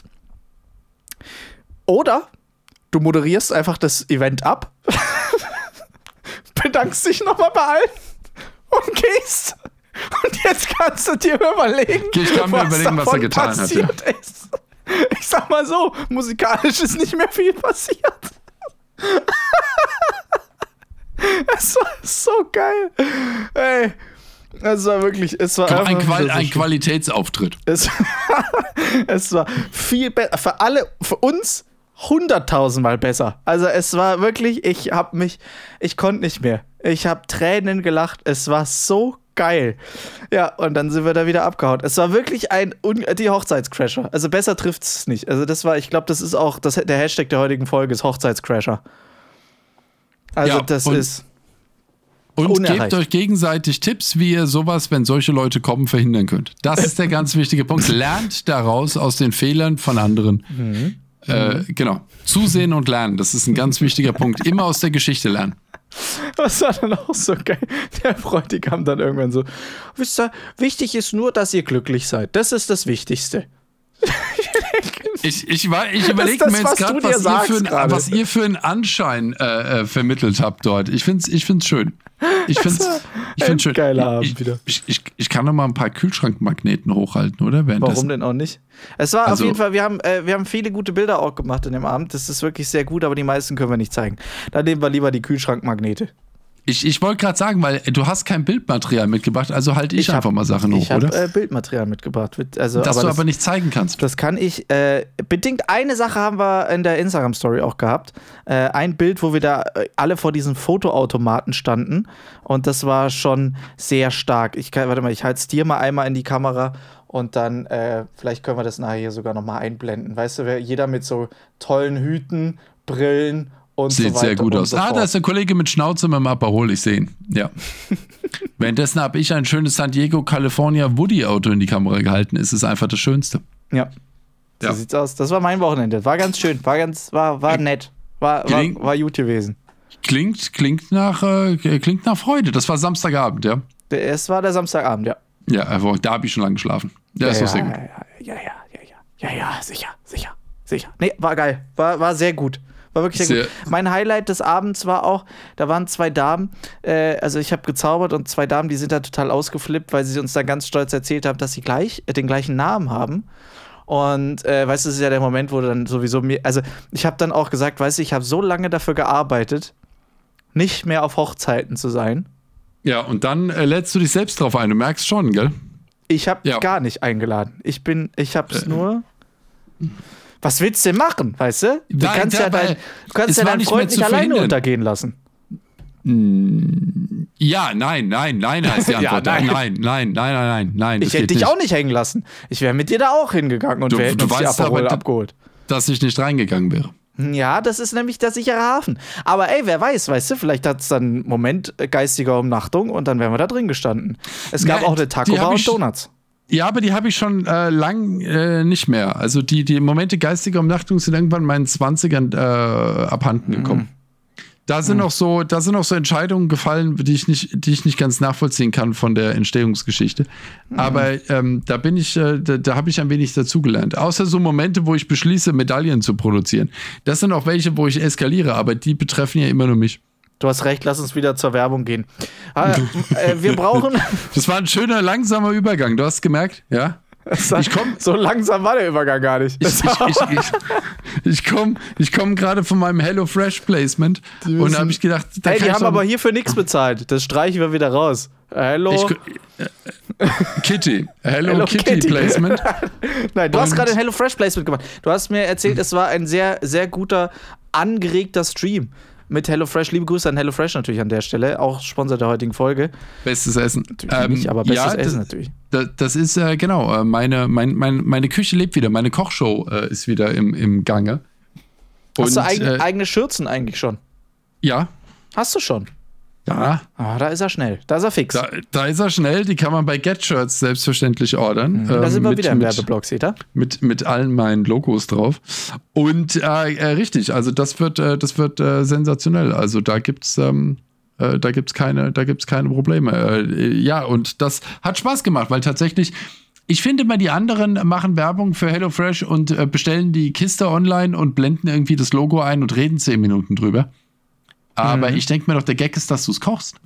Oder du moderierst einfach das Event ab, bedankst dich nochmal bei allen und gehst. Und jetzt kannst du dir überlegen, ich kann mir was, überlegen, was er getan hat. Ja. Ist. Ich sag mal so, musikalisch ist nicht mehr viel passiert. Es war so geil. Ey, es war wirklich, es war Komm, ein, einfach Qual so ein schön. Qualitätsauftritt. Es, es war viel besser, für alle, für uns hunderttausendmal besser. Also es war wirklich, ich hab mich, ich konnte nicht mehr. Ich hab Tränen gelacht. Es war so geil. Ja, und dann sind wir da wieder abgehauen. Es war wirklich ein, die Hochzeitscrasher. Also besser trifft es nicht. Also das war, ich glaube, das ist auch, das, der Hashtag der heutigen Folge ist Hochzeitscrasher. Also Ja, das und- ist Und unerreicht. gebt euch gegenseitig Tipps, wie ihr sowas, wenn solche Leute kommen, verhindern könnt. Das ist der ganz wichtige Punkt. Lernt daraus aus den Fehlern von anderen. Mhm. Äh, genau. Zusehen und lernen. Das ist ein ganz wichtiger Punkt. Immer aus der Geschichte lernen. Das war dann auch so geil. Der Bräutigam dann irgendwann so, wisst ihr, wichtig ist nur, dass ihr glücklich seid. Das ist das Wichtigste. Ich, ich, war- ich überlege das, mir jetzt was du gerade, dir was, ihr sagst für ein- gerade. was ihr für einen Anschein äh, äh, vermittelt habt dort. Ich finde es ich find's schön. Ich finde es ich ein find's schön. geiler Abend ich, wieder. Ich, ich, ich kann noch mal ein paar Kühlschrankmagneten hochhalten, oder? Währenddessen. Warum denn auch nicht? Es war Also- auf jeden Fall, wir haben, äh, wir haben viele gute Bilder auch gemacht in dem Abend. Das ist wirklich sehr gut, aber die meisten können wir nicht zeigen. Da nehmen wir lieber die Kühlschrankmagnete. Ich, ich wollte gerade sagen, weil du hast kein Bildmaterial mitgebracht, also halte ich, hab- einfach mal Sachen hoch, Ich habe oder? äh, Bildmaterial mitgebracht. Also, Das aber du das, aber nicht zeigen kannst. das kann ich, äh, bedingt eine Sache haben wir in der Instagram-Story auch gehabt. Äh, ein Bild, wo wir da äh, alle vor diesen Fotoautomaten standen. Und das war schon sehr stark. Ich kann, warte mal, ich halte es dir mal einmal in die Kamera und dann, äh, vielleicht können wir das nachher hier sogar nochmal einblenden. Weißt du, wer- jeder mit so tollen Hüten, Brillen und so Sieht weiter sehr gut und aus. so Ah, fort. da ist der Kollege mit Schnauze mit dem Aperol, ich sehe ihn. Ja. Währenddessen habe ich ein schönes San Diego, California Woody-Auto in die Kamera gehalten. Es ist einfach das Schönste. Ja. So Ja. sieht's aus. Das war mein Wochenende. War ganz schön. War ganz, war, war nett. War, war, Klingt- war gut gewesen. Klingt, klingt, nach, äh, klingt nach Freude. Das war Samstagabend, ja? Der- Es war der Samstagabend, ja. Ja, aber da habe ich schon lange geschlafen. Ja, ist ja, doch sehr ja, gut. ja, ja, ja, ja, ja, ja, ja, sicher, sicher, sicher. Nee, war geil. War, war sehr gut. War wirklich sehr, Sehr- gut. Mein Highlight des Abends war auch, da waren zwei Damen, äh, also ich habe gezaubert und zwei Damen, die sind da total ausgeflippt, weil sie uns dann ganz stolz erzählt haben, dass sie gleich äh, den gleichen Namen haben. Und äh, weißt du, das ist ja der Moment, wo du dann sowieso mir, also ich habe dann auch gesagt, weißt du, ich habe so lange dafür gearbeitet, nicht mehr auf Hochzeiten zu sein. Ja, und dann äh, lädst du dich selbst drauf ein. Du merkst schon, gell? Ich habe Ja. gar nicht eingeladen. Ich bin, ich hab's nur. Was willst du denn machen, weißt du? Du Nein, kannst da- ja, dein, weil du kannst es ja war deinen nicht Freund mehr zu nicht alleine verhindern. untergehen lassen. Ja, nein, nein, nein heißt die Ja, Antwort. nein. nein, nein, nein, nein, nein, nein. Ich das hätte geht dich nicht. auch nicht hängen lassen. Ich wäre mit dir da auch hingegangen und Du- wir hätten du uns die weißt Aperol aber, du- abgeholt. Dass ich nicht reingegangen wäre. Ja, das ist nämlich der sichere Hafen. Aber ey, wer weiß, weißt du, vielleicht hat es dann einen Moment geistiger Umnachtung und dann wären wir da drin gestanden. Es gab Ja, auch eine die Taco hab Bar und ich- Donuts. Ja, aber die habe ich schon äh, lang äh, nicht mehr. Also die, die Momente geistiger Umnachtung sind irgendwann in meinen zwanzigern äh, abhanden gekommen. Da sind noch so, da sind noch so Entscheidungen gefallen, die ich nicht, die ich nicht ganz nachvollziehen kann von der Entstehungsgeschichte. Aber ähm, da bin ich, äh, da, da habe ich ein wenig dazugelernt. Außer so Momente, wo ich beschließe, Medaillen zu produzieren. Das sind auch welche, wo ich eskaliere, aber die betreffen ja immer nur mich. Du hast recht, lass uns wieder zur Werbung gehen. Ah, äh, wir brauchen. Das war ein schöner, langsamer Übergang. Du hast gemerkt, ja? Ich komm, so langsam war der Übergang gar nicht. Ich, ich, ich, ich, ich komme ich komm gerade von meinem HelloFresh Placement und da habe ich gedacht, da Hey, kann die ich haben doch- aber hierfür nichts bezahlt. Das streichen wir wieder raus. Hallo? ich, äh, Kitty, Hello, Hello Kitty, Kitty. Placement. Nein, du hast Und- gerade ein HelloFresh Placement gemacht. Du hast mir erzählt, es war ein sehr, sehr guter, angeregter Stream mit HelloFresh. Liebe Grüße an HelloFresh natürlich an der Stelle, auch Sponsor der heutigen Folge. Bestes Essen. Natürlich nicht, aber bestes ja, Essen das, natürlich. Das, das ist äh, genau, äh, meine, mein, mein, meine Küche lebt wieder, meine Kochshow äh, ist wieder im, im Gange. Hast du Und, eig äh, eigene Schürzen eigentlich schon? ja, Hast du schon? ja, Ah, da ist er schnell. Da ist er fix. da, da ist er schnell, die kann man bei GetShirts selbstverständlich ordern. da ähm, sind wir mit- wieder im mit- Werbeblock, seht ihr? mit, mit allen meinen Logos drauf. Und äh, äh, richtig, also das wird, äh, das wird äh, sensationell. Also da gibt's, ähm, äh, da gibt's keine, da gibt's keine Probleme. Äh, ja, und das hat Spaß gemacht, weil tatsächlich, ich finde immer, die anderen machen Werbung für HelloFresh und äh, bestellen die Kiste online und blenden irgendwie das Logo ein und reden zehn Minuten drüber. Aber Mhm. ich denke mir doch, der Gag ist, dass du es kochst.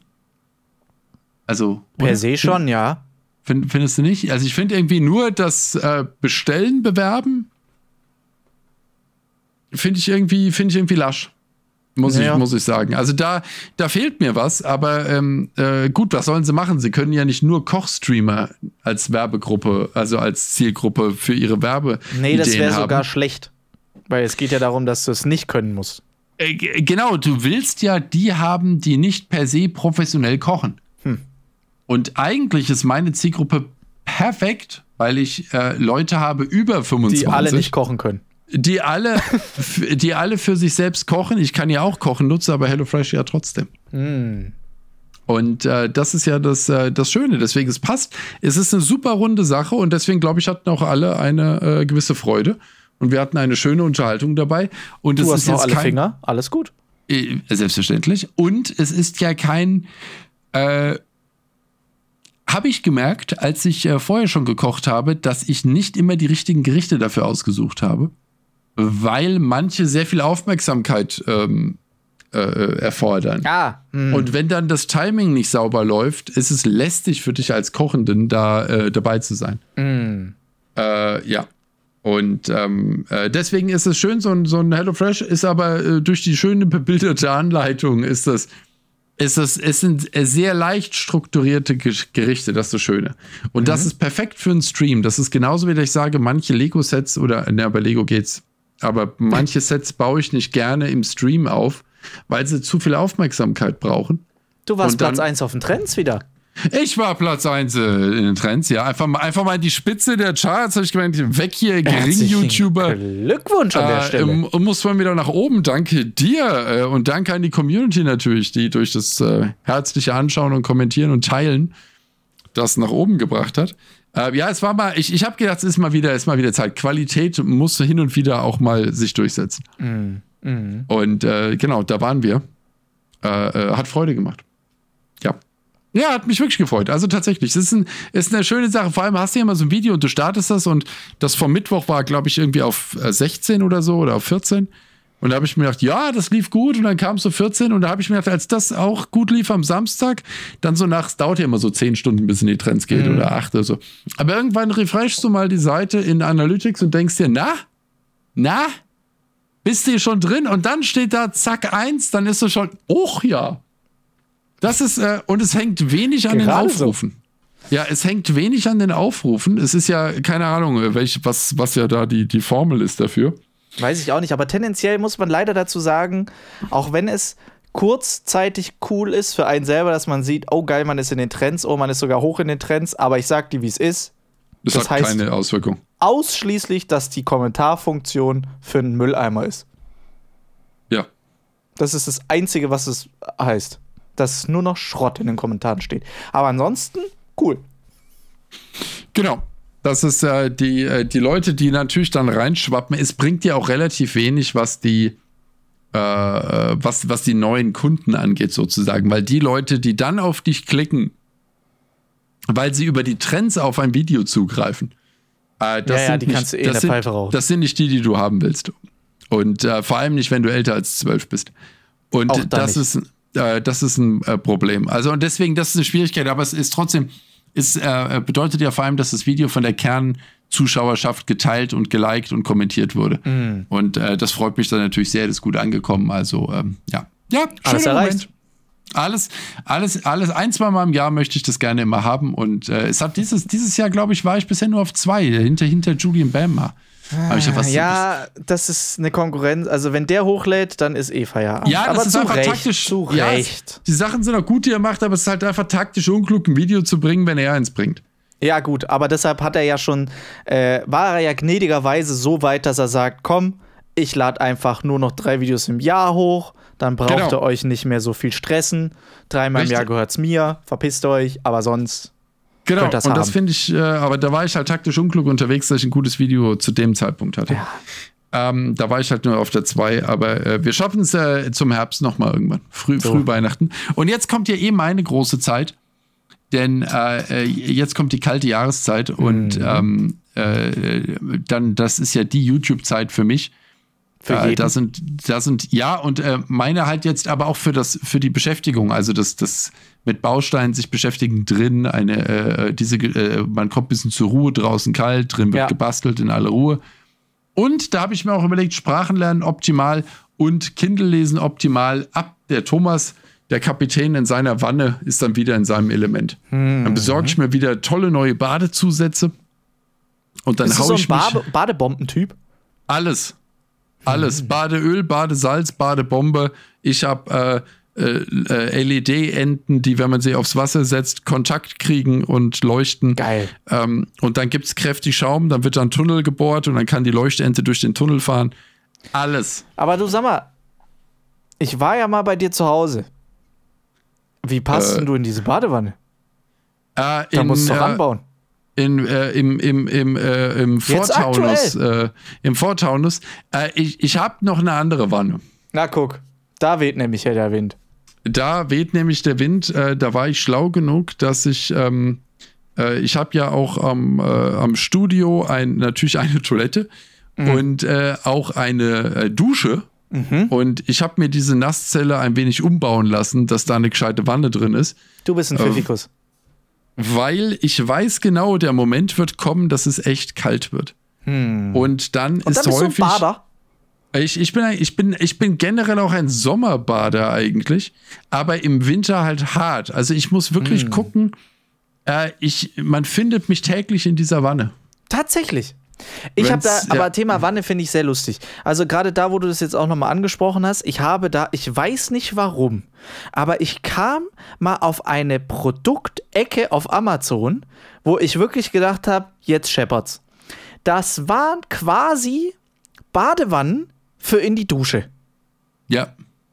Also. Per oder? se schon, ja. Find, findest du nicht? Also ich finde irgendwie nur das äh, Bestellen, Bewerben, finde ich irgendwie, finde ich irgendwie lasch. Muss, ja. ich, muss ich sagen. Also da, da fehlt mir was, aber ähm, äh, gut, was sollen sie machen? Sie können ja nicht nur Kochstreamer als Werbegruppe, also als Zielgruppe für ihre Werbe. Nee, das wäre haben. sogar schlecht. Weil es geht ja darum, dass du es nicht können musst. Äh, g- genau, du willst ja die haben, die nicht per se professionell kochen. Hm. Und eigentlich ist meine Zielgruppe perfekt, weil ich äh, Leute habe über fünfundzwanzig. Die alle nicht kochen können. Die alle, f- die alle für sich selbst kochen. Ich kann ja auch kochen, nutze aber HelloFresh ja trotzdem. Mm. Und äh, das ist ja das, äh, das Schöne. Deswegen, es passt. Es ist eine super runde Sache und deswegen, glaube ich, hatten auch alle eine äh, gewisse Freude. Und wir hatten eine schöne Unterhaltung dabei. Und Du es hast ist noch jetzt alle kein, Finger, alles gut. Äh, selbstverständlich. Und es ist ja kein äh, habe ich gemerkt, als ich äh, vorher schon gekocht habe, dass ich nicht immer die richtigen Gerichte dafür ausgesucht habe, weil manche sehr viel Aufmerksamkeit ähm, äh, erfordern. Ah, hm. Und wenn dann das Timing nicht sauber läuft, ist es lästig für dich als Kochenden, da äh, dabei zu sein. Mm. Äh, ja. Und ähm, äh, deswegen ist es schön, so ein, so ein HelloFresh ist aber äh, durch die schöne bebilderte Anleitung ist das ist das, es sind sehr leicht strukturierte Gerichte, das ist das Schöne. Und mhm. das ist perfekt für einen Stream. Das ist genauso, wie ich sage, manche Lego-Sets oder, ne, bei Lego geht's, aber manche Sets baue ich nicht gerne im Stream auf, weil sie zu viel Aufmerksamkeit brauchen. Du warst Und dann, Platz eins auf den Trends wieder. Ich war Platz eins äh, in den Trends, ja. Einfach mal, einfach mal die Spitze der Charts, habe ich gemeint, weg hier, Gering-YouTuber. Glückwunsch an der äh, Stelle. Ähm, und muss man wieder nach oben. Danke dir äh, und danke an die Community natürlich, die durch das äh, herzliche Anschauen und Kommentieren und Teilen das nach oben gebracht hat. Äh, ja, es war mal, ich, ich habe gedacht, es ist mal wieder, ist mal wieder Zeit. Qualität muss hin und wieder auch mal sich durchsetzen. Mm, mm. Und äh, genau, da waren wir. Äh, äh, hat Freude gemacht. Ja. Ja, hat mich wirklich gefreut. Also tatsächlich, es ist, ein, ist eine schöne Sache. Vor allem hast du ja immer so ein Video und du startest das und das vom Mittwoch war, glaube ich, irgendwie auf sechzehn oder so oder auf vierzehn. Und da habe ich mir gedacht, ja, das lief gut und dann kam es so vierzehn und da habe ich mir gedacht, als das auch gut lief am Samstag, dann so nach, es dauert ja immer so zehn Stunden, bis in die Trends geht mhm. oder acht oder so. Aber irgendwann refreshst du mal die Seite in Analytics und denkst dir, na, na, bist du hier schon drin? Und dann steht da zack eins, dann ist du schon, och ja. Das ist, äh, und es hängt wenig an Gerade den Aufrufen. So. Ja, es hängt wenig an den Aufrufen. Es ist ja, keine Ahnung, welch, was, was ja da die, die Formel ist dafür. Weiß ich auch nicht, aber tendenziell muss man leider dazu sagen, auch wenn es kurzzeitig cool ist für einen selber, dass man sieht, oh geil, man ist in den Trends, oh, man ist sogar hoch in den Trends, aber ich sag dir, wie es ist. Das, das hat heißt keine Auswirkung. Ausschließlich, dass die Kommentarfunktion für einen Mülleimer ist. Ja. Das ist das Einzige, was es heißt. Dass nur noch Schrott in den Kommentaren steht. Aber ansonsten, cool. Genau. Das ist äh, die, äh, die Leute, die natürlich dann reinschwappen. Es bringt dir auch relativ wenig, was die, äh, was, was die neuen Kunden angeht, sozusagen. Weil die Leute, die dann auf dich klicken, weil sie über die Trends auf ein Video zugreifen, äh, das, ja, ja, sind die nicht, kannst du eh das, in der sind, Pfeife rauchen. das sind nicht die, die du haben willst. Und äh, vor allem nicht, wenn du älter als zwölf bist. Und auch das nicht. ist Das ist ein äh, Problem. Also und deswegen, das ist eine Schwierigkeit, aber es ist trotzdem, es äh, bedeutet ja vor allem, dass das Video von der Kernzuschauerschaft geteilt und geliked und kommentiert wurde. Mm. Und äh, das freut mich dann natürlich sehr, das ist gut angekommen. Also ähm, ja. Ja, alles erreicht. Moment. Alles, alles, alles, ein, zwei Mal im Jahr möchte ich das gerne immer haben. Und äh, es hat dieses, dieses Jahr, glaube ich, war ich bisher nur auf zwei, hinter, hinter Julian Bam. Aber ich hab was ja, das ist eine Konkurrenz. Also, wenn der hochlädt, dann ist eh Feierabend. Ja, das aber ist zu einfach Recht, taktisch. Zu ja, Recht. Es, die Sachen sind auch gut, die er macht, aber es ist halt einfach taktisch unklug, ein Video zu bringen, wenn er eins bringt. Ja, gut, aber deshalb hat er ja schon, äh, war er ja gnädigerweise so weit, dass er sagt: Komm, ich lade einfach nur noch drei Videos im Jahr hoch, dann braucht genau. ihr euch nicht mehr so viel stressen. Dreimal Richtig. im Jahr gehört's mir, verpisst euch, aber sonst. Genau, das und haben. das finde ich, äh, aber da war ich halt taktisch unklug unterwegs, dass ich ein gutes Video zu dem Zeitpunkt hatte. Ja. Ähm, da war ich halt nur auf der zwei, aber äh, wir schaffen es äh, zum Herbst nochmal irgendwann. Früh, so. früh Weihnachten. Und jetzt kommt ja eh meine große Zeit, denn äh, jetzt kommt die kalte Jahreszeit und mhm. ähm, äh, dann, das ist ja die YouTube-Zeit für mich. Für äh, da sind, da sind, ja, und äh, meine halt jetzt aber auch für das, für die Beschäftigung, also das, das mit Bausteinen sich beschäftigen drin, eine, äh, diese, äh, man kommt ein bisschen zur Ruhe, draußen kalt, drin wird ja. gebastelt in aller Ruhe. Und da habe ich mir auch überlegt, Sprachen lernen optimal und Kindle lesen optimal. Ab der Thomas, der Kapitän in seiner Wanne, ist dann wieder in seinem Element. Hm. Dann besorge ich mir wieder tolle neue Badezusätze. Und dann Bist hau du so ich ein mich... Bade- Badebombentyp? Alles. Alles. Hm. Badeöl, Badesalz, Badebombe. Ich habe äh, äh, L E D-Enten, die, wenn man sie aufs Wasser setzt, Kontakt kriegen und leuchten. Geil. Ähm, und dann gibt es kräftig Schaum, dann wird da ein Tunnel gebohrt und dann kann die Leuchtente durch den Tunnel fahren. Alles. Aber du, sag mal, ich war ja mal bei dir zu Hause. Wie passt Äh, denn du in diese Badewanne? Äh, Da in, musst du äh, ranbauen. In, äh, im, im, im, äh, im Vortaunus. Äh, Im Vortaunus. Äh, ich ich habe noch eine andere Wanne. Na guck, da weht nämlich ja der Wind. Da weht nämlich der Wind. Äh, da war ich schlau genug, dass ich, ähm, äh, ich habe ja auch am, äh, am Studio ein, natürlich eine Toilette mhm. und äh, auch eine äh, Dusche. Mhm. Und ich habe mir diese Nasszelle ein wenig umbauen lassen, dass da eine gescheite Wanne drin ist. Du bist ein Pfiffikus. Äh, weil ich weiß genau, der Moment wird kommen, dass es echt kalt wird. Hm. Und dann Und ist dann bist häufig. Du ein Bader? Ich, ich, bin, ich, bin, ich bin generell auch ein Sommerbader eigentlich, aber im Winter halt hart. Also ich muss wirklich hm. gucken, äh, ich, man findet mich täglich in dieser Wanne. Tatsächlich. Ich habe da, aber ja. Thema Wanne finde ich sehr lustig. Also gerade da, wo du das jetzt auch nochmal angesprochen hast, ich habe da, ich weiß nicht warum, aber ich kam mal auf eine Produktecke auf Amazon, wo ich wirklich gedacht habe, jetzt scheppert's. Das waren quasi Badewannen für in die Dusche. Ja.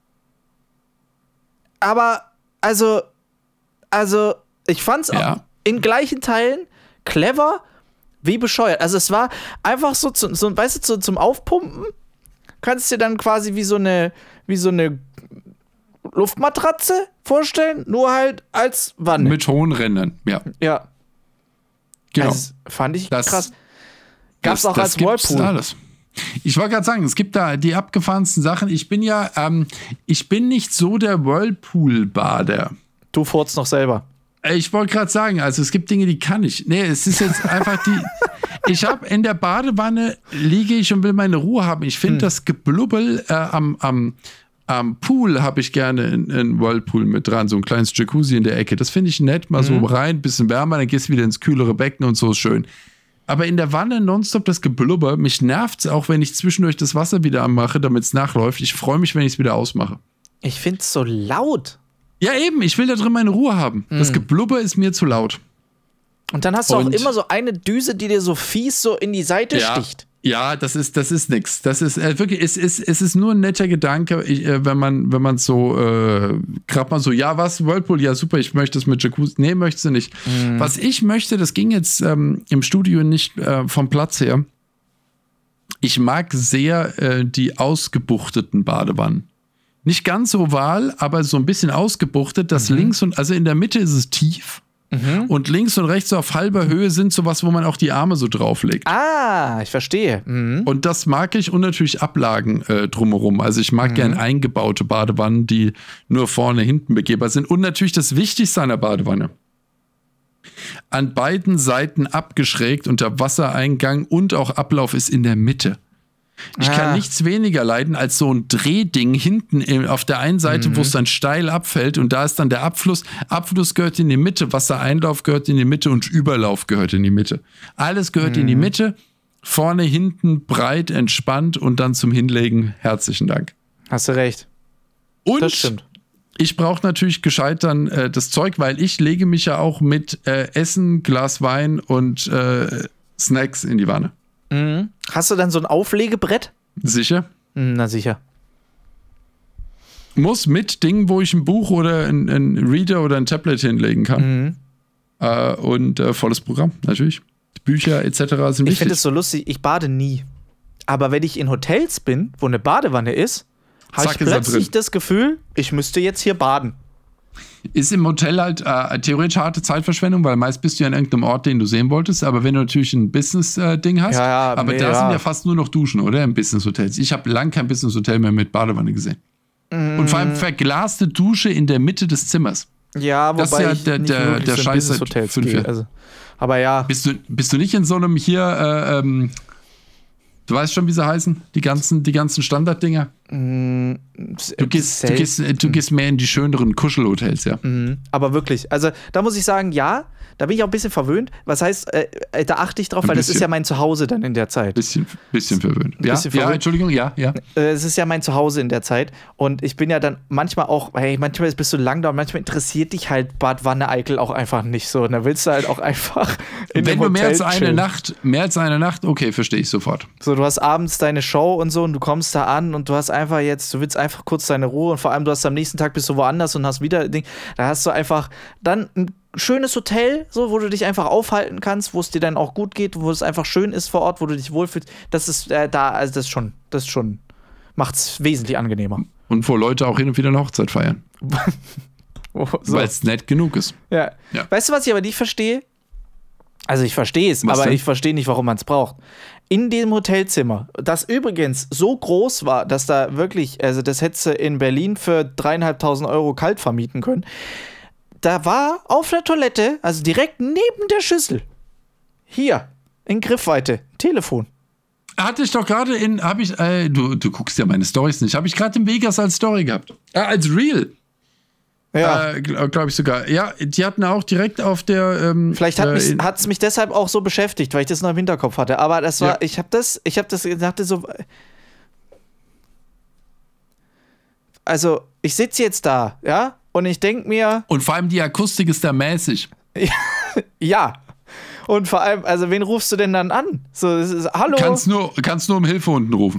Aber, also, also, ich fand's ja. auch in gleichen Teilen clever, wie bescheuert. Also es war einfach so, zu, so weißt du, so, zum Aufpumpen kannst du dir dann quasi wie so eine, wie so eine Luftmatratze vorstellen, nur halt als Wanne. Mit hohen Rändern, ja. Ja. Genau. Also, fand ich das, krass. Gab's das, auch das als Whirlpool. Alles. Ich wollte gerade sagen, es gibt da die abgefahrensten Sachen. Ich bin ja, ähm, ich bin nicht so der Whirlpool-Bader. Du furzt noch selber. Ich wollte gerade sagen, also es gibt Dinge, die kann ich. Nee, es ist jetzt einfach die. Ich habe in der Badewanne liege ich und will meine Ruhe haben. Ich finde hm. das Geblubbel äh, am, am, am Pool habe ich gerne einen Whirlpool mit dran, so ein kleines Jacuzzi in der Ecke. Das finde ich nett, mal mhm. so rein, bisschen wärmer, dann gehst du wieder ins kühlere Becken und so ist schön. Aber in der Wanne nonstop das Geblubber, mich nervt's auch, wenn ich zwischendurch das Wasser wieder anmache, damit es nachläuft. Ich freue mich, wenn ich es wieder ausmache. Ich finde es so laut. Ja, eben, ich will da drin meine Ruhe haben. Mhm. Das Geblubber ist mir zu laut. Und dann hast du und, auch immer so eine Düse, die dir so fies so in die Seite ja, sticht. Ja, das ist, das ist nix. Das ist äh, wirklich, es ist, es ist nur ein netter Gedanke, ich, äh, wenn man, wenn man so, äh, gerade mal so, ja, was, Whirlpool, ja, super, ich möchte das mit Jacuzzi. Nee, möchtest du nicht. Mhm. Was ich möchte, das ging jetzt ähm, im Studio nicht äh, vom Platz her. Ich mag sehr äh, die ausgebuchteten Badewannen. Nicht ganz oval, aber so ein bisschen ausgebuchtet, dass mhm. links und, also in der Mitte ist es tief. Mhm. Und links und rechts so auf halber Höhe sind sowas, wo man auch die Arme so drauflegt. Ah, ich verstehe. Mhm. Und das mag ich und natürlich Ablagen äh, drumherum. Also ich mag mhm. gern eingebaute Badewannen, die nur vorne, hinten begehbar sind. Und natürlich das Wichtigste einer Badewanne. An beiden Seiten abgeschrägt und der Wassereingang und auch Ablauf ist in der Mitte. Ich kann ah. nichts weniger leiden als so ein Drehding hinten auf der einen Seite, mhm. wo es dann steil abfällt und da ist dann der Abfluss. Abfluss gehört in die Mitte, Wassereinlauf gehört in die Mitte und Überlauf gehört in die Mitte. Alles gehört mhm. in die Mitte, vorne, hinten, breit, entspannt und dann zum Hinlegen. Herzlichen Dank. Hast du recht. Und das stimmt. Ich brauche natürlich gescheit dann äh, das Zeug, weil ich lege mich ja auch mit äh, Essen, Glas Wein und äh, Snacks in die Wanne. Mhm. Hast du dann so ein Auflegebrett? Sicher. Na sicher. Muss mit Dingen, wo ich ein Buch oder ein, ein Reader oder ein Tablet hinlegen kann. Mhm. Äh, und äh, volles Programm, natürlich. Bücher et cetera sind wichtig. Ich finde es so lustig, ich bade nie. Aber wenn ich in Hotels bin, wo eine Badewanne ist, habe ich plötzlich das Gefühl, ich müsste jetzt hier baden. Ist im Hotel halt äh, theoretisch harte Zeitverschwendung, weil meist bist du ja an irgendeinem Ort, den du sehen wolltest. Aber wenn du natürlich ein Business-Ding hast, ja, ja, aber nee, da ja. sind ja fast nur noch Duschen, oder? Im Business-Hotels. Ich habe lang kein Business-Hotel mehr mit Badewanne gesehen. Mm. Und vor allem verglaste Dusche in der Mitte des Zimmers. Ja, wobei das ist ja ich der, nicht der, der so Scheiß seit fünf Jahren. Also, aber ja. Bist du, bist du nicht in so einem hier, äh, ähm, du weißt schon, wie sie heißen? Die ganzen, die ganzen Standarddinger? Du gehst, du, gehst, du gehst mehr in die schöneren Kuschelhotels, ja. Mhm. Aber wirklich, also da muss ich sagen, ja, da bin ich auch ein bisschen verwöhnt. Was heißt, äh, da achte ich drauf, ein weil bisschen. Das ist ja mein Zuhause dann in der Zeit. Bisschen, bisschen verwöhnt. Ja, bisschen ja, verwöhnt. Entschuldigung, ja, ja. Äh, es ist ja mein Zuhause in der Zeit und ich bin ja dann manchmal auch, hey, manchmal bist du lang da und manchmal interessiert dich halt Bad Wanne-Eickel auch einfach nicht so. Und da willst du halt auch einfach in Wenn dem du mehr Hotel als eine chillen. Nacht, mehr als eine Nacht, okay, verstehe ich sofort. So, du hast abends deine Show und so und du kommst da an und du hast einfach jetzt, du willst einfach kurz deine Ruhe und vor allem du hast am nächsten Tag bist du woanders und hast wieder Ding. Da hast du einfach dann ein schönes Hotel, so, wo du dich einfach aufhalten kannst, wo es dir dann auch gut geht, wo es einfach schön ist vor Ort, wo du dich wohlfühlst. Das ist äh, da, also das ist schon, das ist schon, macht's wesentlich angenehmer. Und wo Leute auch hin und wieder eine Hochzeit feiern. Oh, so. Weil es nett genug ist. Ja. Ja. Weißt du, was ich aber nicht verstehe? Also ich verstehe es, Was aber denn? ich verstehe nicht, warum man es braucht. In dem Hotelzimmer, das übrigens so groß war, dass da wirklich, also das hättest du in Berlin für dreieinhalbtausend Euro kalt vermieten können. Da war auf der Toilette, also direkt neben der Schüssel, hier, in Griffweite, Telefon. Hatte ich doch gerade in, habe ich, äh, du, du guckst ja meine Storys nicht, habe ich gerade in Vegas als Story gehabt. Äh, als Reel. Ja. Äh, Glaube glaub ich sogar. Ja, die hatten auch direkt auf der. Ähm, Vielleicht hat äh, mich, in- hat's mich deshalb auch so beschäftigt, weil ich das noch im Hinterkopf hatte. Aber das war, Ja. ich habe das, ich habe das, dachte so, also ich sitze jetzt da, ja, und ich denke mir, Und vor allem die Akustik ist da mäßig. ja. Und vor allem, also wen rufst du denn dann an? So, das ist, hallo. Kannst nur, kannst nur um Hilfe unten rufen.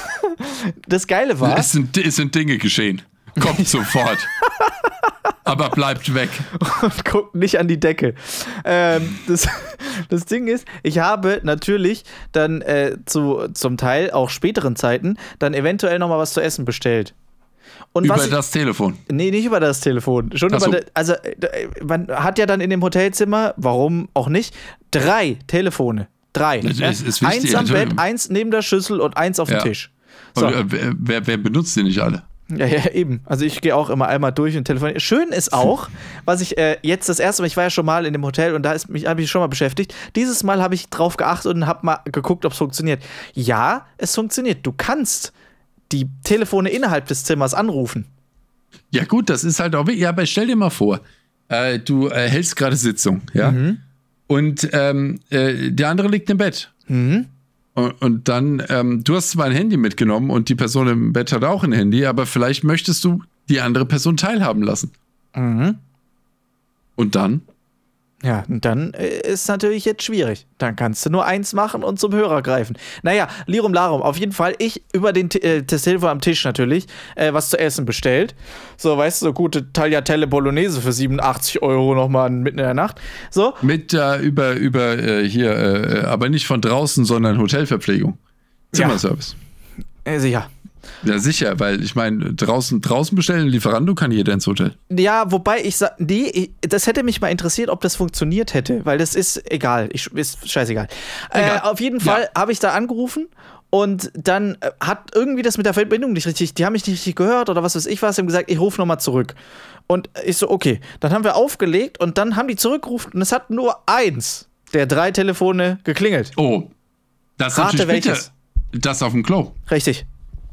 Das Geile war, Es sind, es sind Dinge geschehen. Kommt sofort. Aber bleibt weg. und guckt nicht an die Decke. Ähm, das, das Ding ist, ich habe natürlich dann äh, zu, zum Teil auch späteren Zeiten dann eventuell noch mal was zu essen bestellt. Und Über was ich, das Telefon. Nee, nicht über das Telefon. Schon Ach so. über. De, also, äh, man hat ja dann in dem Hotelzimmer, warum auch nicht, drei Telefone. Drei. Das ja? ist- ist wichtig, eins am natürlich. Bett, eins neben der Schüssel und eins auf dem Ja. Tisch. So. Und äh, wer, wer, wer benutzt die nicht alle? Ja, ja, eben. Also ich gehe auch immer einmal durch und telefoniere. Schön ist auch, was ich äh, jetzt das erste Mal, ich war ja schon mal in dem Hotel und da ist mich, habe ich schon mal beschäftigt. Dieses Mal habe ich drauf geachtet und habe mal geguckt, ob es funktioniert. Ja, es funktioniert. Du kannst die Telefone innerhalb des Zimmers anrufen. Ja, gut, das ist halt auch wichtig. Ja, aber stell dir mal vor, äh, du äh, hältst gerade Sitzung, ja? Mhm. Und ähm, äh, der andere liegt im Bett. Mhm. Und, und dann, ähm, du hast zwar ein Handy mitgenommen und die Person im Bett hat auch ein Handy, aber vielleicht möchtest du die andere Person teilhaben lassen. Mhm. Und dann? Ja, und dann äh, ist natürlich jetzt schwierig. Dann kannst du nur eins machen und zum Hörer greifen. Naja, Lirum Larum, auf jeden Fall, ich über den T- äh, das Telefon am Tisch natürlich, äh, was zu essen bestellt. So, weißt du, so gute Tagliatelle Bolognese für siebenundachtzig Euro nochmal mitten in der Nacht. So, Mit äh, über, über äh, hier, äh, aber nicht von draußen, sondern Hotelverpflegung. Zimmerservice. äh, sicher. Ja, sicher, weil ich meine, draußen, draußen bestellen, Lieferando kann jeder ins Hotel. Ja, wobei ich sag, nee, ich, das hätte mich mal interessiert, ob das funktioniert hätte, weil das ist egal, ich, ist scheißegal. Egal. Äh, auf jeden Fall Ja. habe ich da angerufen und dann äh, hat irgendwie das mit der Verbindung nicht richtig, die haben mich nicht richtig gehört oder was weiß ich was, haben gesagt, ich rufe nochmal zurück. Und ich so, okay, dann haben wir aufgelegt und dann haben die zurückgerufen und es hat nur eins der drei Telefone geklingelt. Oh, das ist Rate natürlich bitter. welches. Das auf dem Klo. Richtig.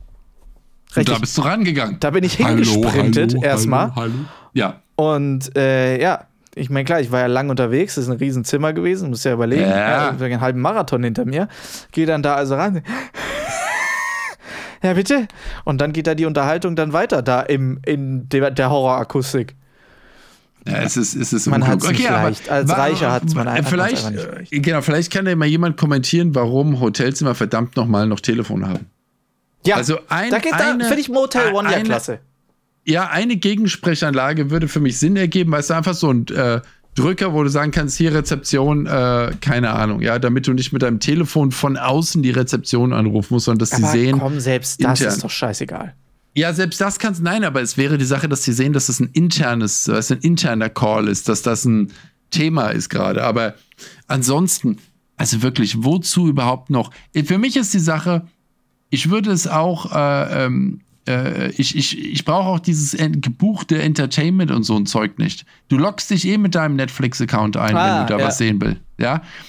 Und Richtig. da bist du rangegangen. Da bin ich hingesprintet erstmal. Hallo, hallo. Ja. Und äh, ja, ich meine, klar, ich war ja lang unterwegs, das ist ein Riesenzimmer gewesen, muss ja überlegen, Ja. äh, einen halben Marathon hinter mir. Gehe dann da also ran. Ja, bitte. Und dann geht da die Unterhaltung dann weiter, da im, in der, der Horrorakustik. Ja, es ist, es ist Man unklug. hat's nicht aber leicht. Als wa- Reicher hat's man wa- einfach- vielleicht, hat's einfach nicht äh, genau, vielleicht kann ja mal jemand kommentieren, warum Hotelzimmer verdammt nochmal noch Telefon haben. Ja, Also ein- da geht eine- da, finde ich Motel One ja eine- klasse. Ja, eine Gegensprechanlage würde für mich Sinn ergeben, weißt du, einfach so ein äh, Drücker, wo du sagen kannst, hier Rezeption, äh, keine Ahnung, ja, damit du nicht mit deinem Telefon von außen die Rezeption anrufen musst, sondern dass sie Aber sehen. komm, selbst das intern. ist doch scheißegal. Ja, selbst das kannst nein, aber es wäre die Sache, dass sie sehen, dass es ein internes, dass ein interner Call ist, dass das ein Thema ist gerade. Aber ansonsten, also wirklich, wozu überhaupt noch? Für mich ist die Sache, ich würde es auch, äh, ähm, äh, ich, ich, ich brauche auch dieses en- gebuchte Entertainment und so ein Zeug nicht. Du loggst dich eh mit deinem Netflix-Account ein, Ah, wenn du da ja. was sehen willst. Ja.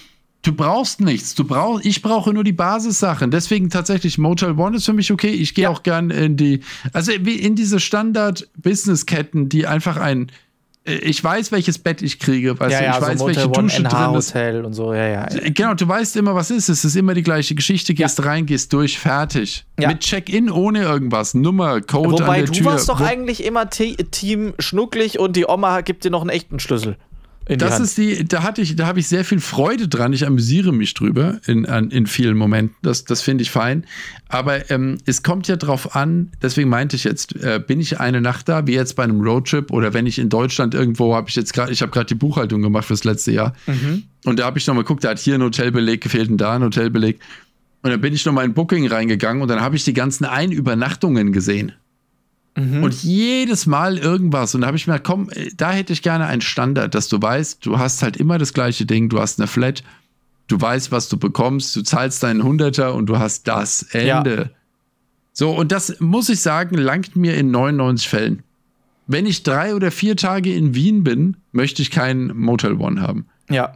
Du brauchst nichts. Du brauch, ich brauche nur die Basissachen. Deswegen tatsächlich Motel One ist für mich okay. Ich gehe Ja. auch gern in die, also wie in diese Standard-Business-Ketten, die einfach ein, ich weiß, welches Bett ich kriege, weißt Ja, du, ja, ich weiß, so welche Motel One, Dusche N H drin ist. Hotel und so, ja, ja. ja. Genau, du weißt immer, was ist. Es ist immer die gleiche Geschichte. Gehst Ja. rein, gehst durch, fertig. Ja. Mit Check-in ohne irgendwas. Nummer, Code an Wobei der du Tür. warst doch Wo- eigentlich immer Te Team schnucklig und die Oma gibt dir noch einen echten Schlüssel in die Das Hand. ist die, da hatte ich, da habe ich sehr viel Freude dran. Ich amüsiere mich drüber in, an, in vielen Momenten. Das, das finde ich fein. Aber ähm, es kommt ja drauf an, deswegen meinte ich jetzt, äh, bin ich eine Nacht da, wie jetzt bei einem Roadtrip oder wenn ich in Deutschland irgendwo habe ich jetzt gerade, ich habe gerade die Buchhaltung gemacht fürs letzte Jahr. Mhm. Und da habe ich nochmal geguckt, da hat hier ein Hotelbeleg gefehlt und da ein Hotelbeleg. Und dann bin ich nochmal in Booking reingegangen und dann habe ich die ganzen Einübernachtungen gesehen. Mhm. Und jedes Mal irgendwas. Und da habe ich mir gedacht, komm, da hätte ich gerne einen Standard, dass du weißt, du hast halt immer das gleiche Ding, du hast eine Flat, du weißt, was du bekommst, du zahlst deinen Hunderter und du hast das Ende. Ja. So, und das muss ich sagen, langt mir in neunundneunzig Fällen. Wenn ich drei oder vier Tage in Wien bin, möchte ich kein Motel One haben. Ja.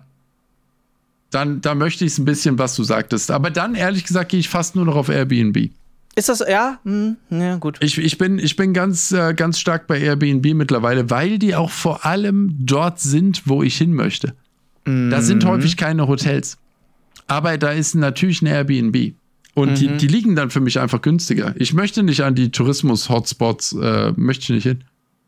Dann, da möchte ich es ein bisschen, was du sagtest. Aber dann, ehrlich gesagt, gehe ich fast nur noch auf Airbnb. Ist das, ja? Hm, ja, gut. Ich, ich bin, ich bin ganz, äh, ganz stark bei Airbnb mittlerweile, weil die auch vor allem dort sind, wo ich hin möchte. Mhm. Da sind häufig keine Hotels. Aber da ist natürlich ein Airbnb. Und Mhm. die, die liegen dann für mich einfach günstiger. Ich möchte nicht an die Tourismus-Hotspots, äh, möchte ich nicht hin.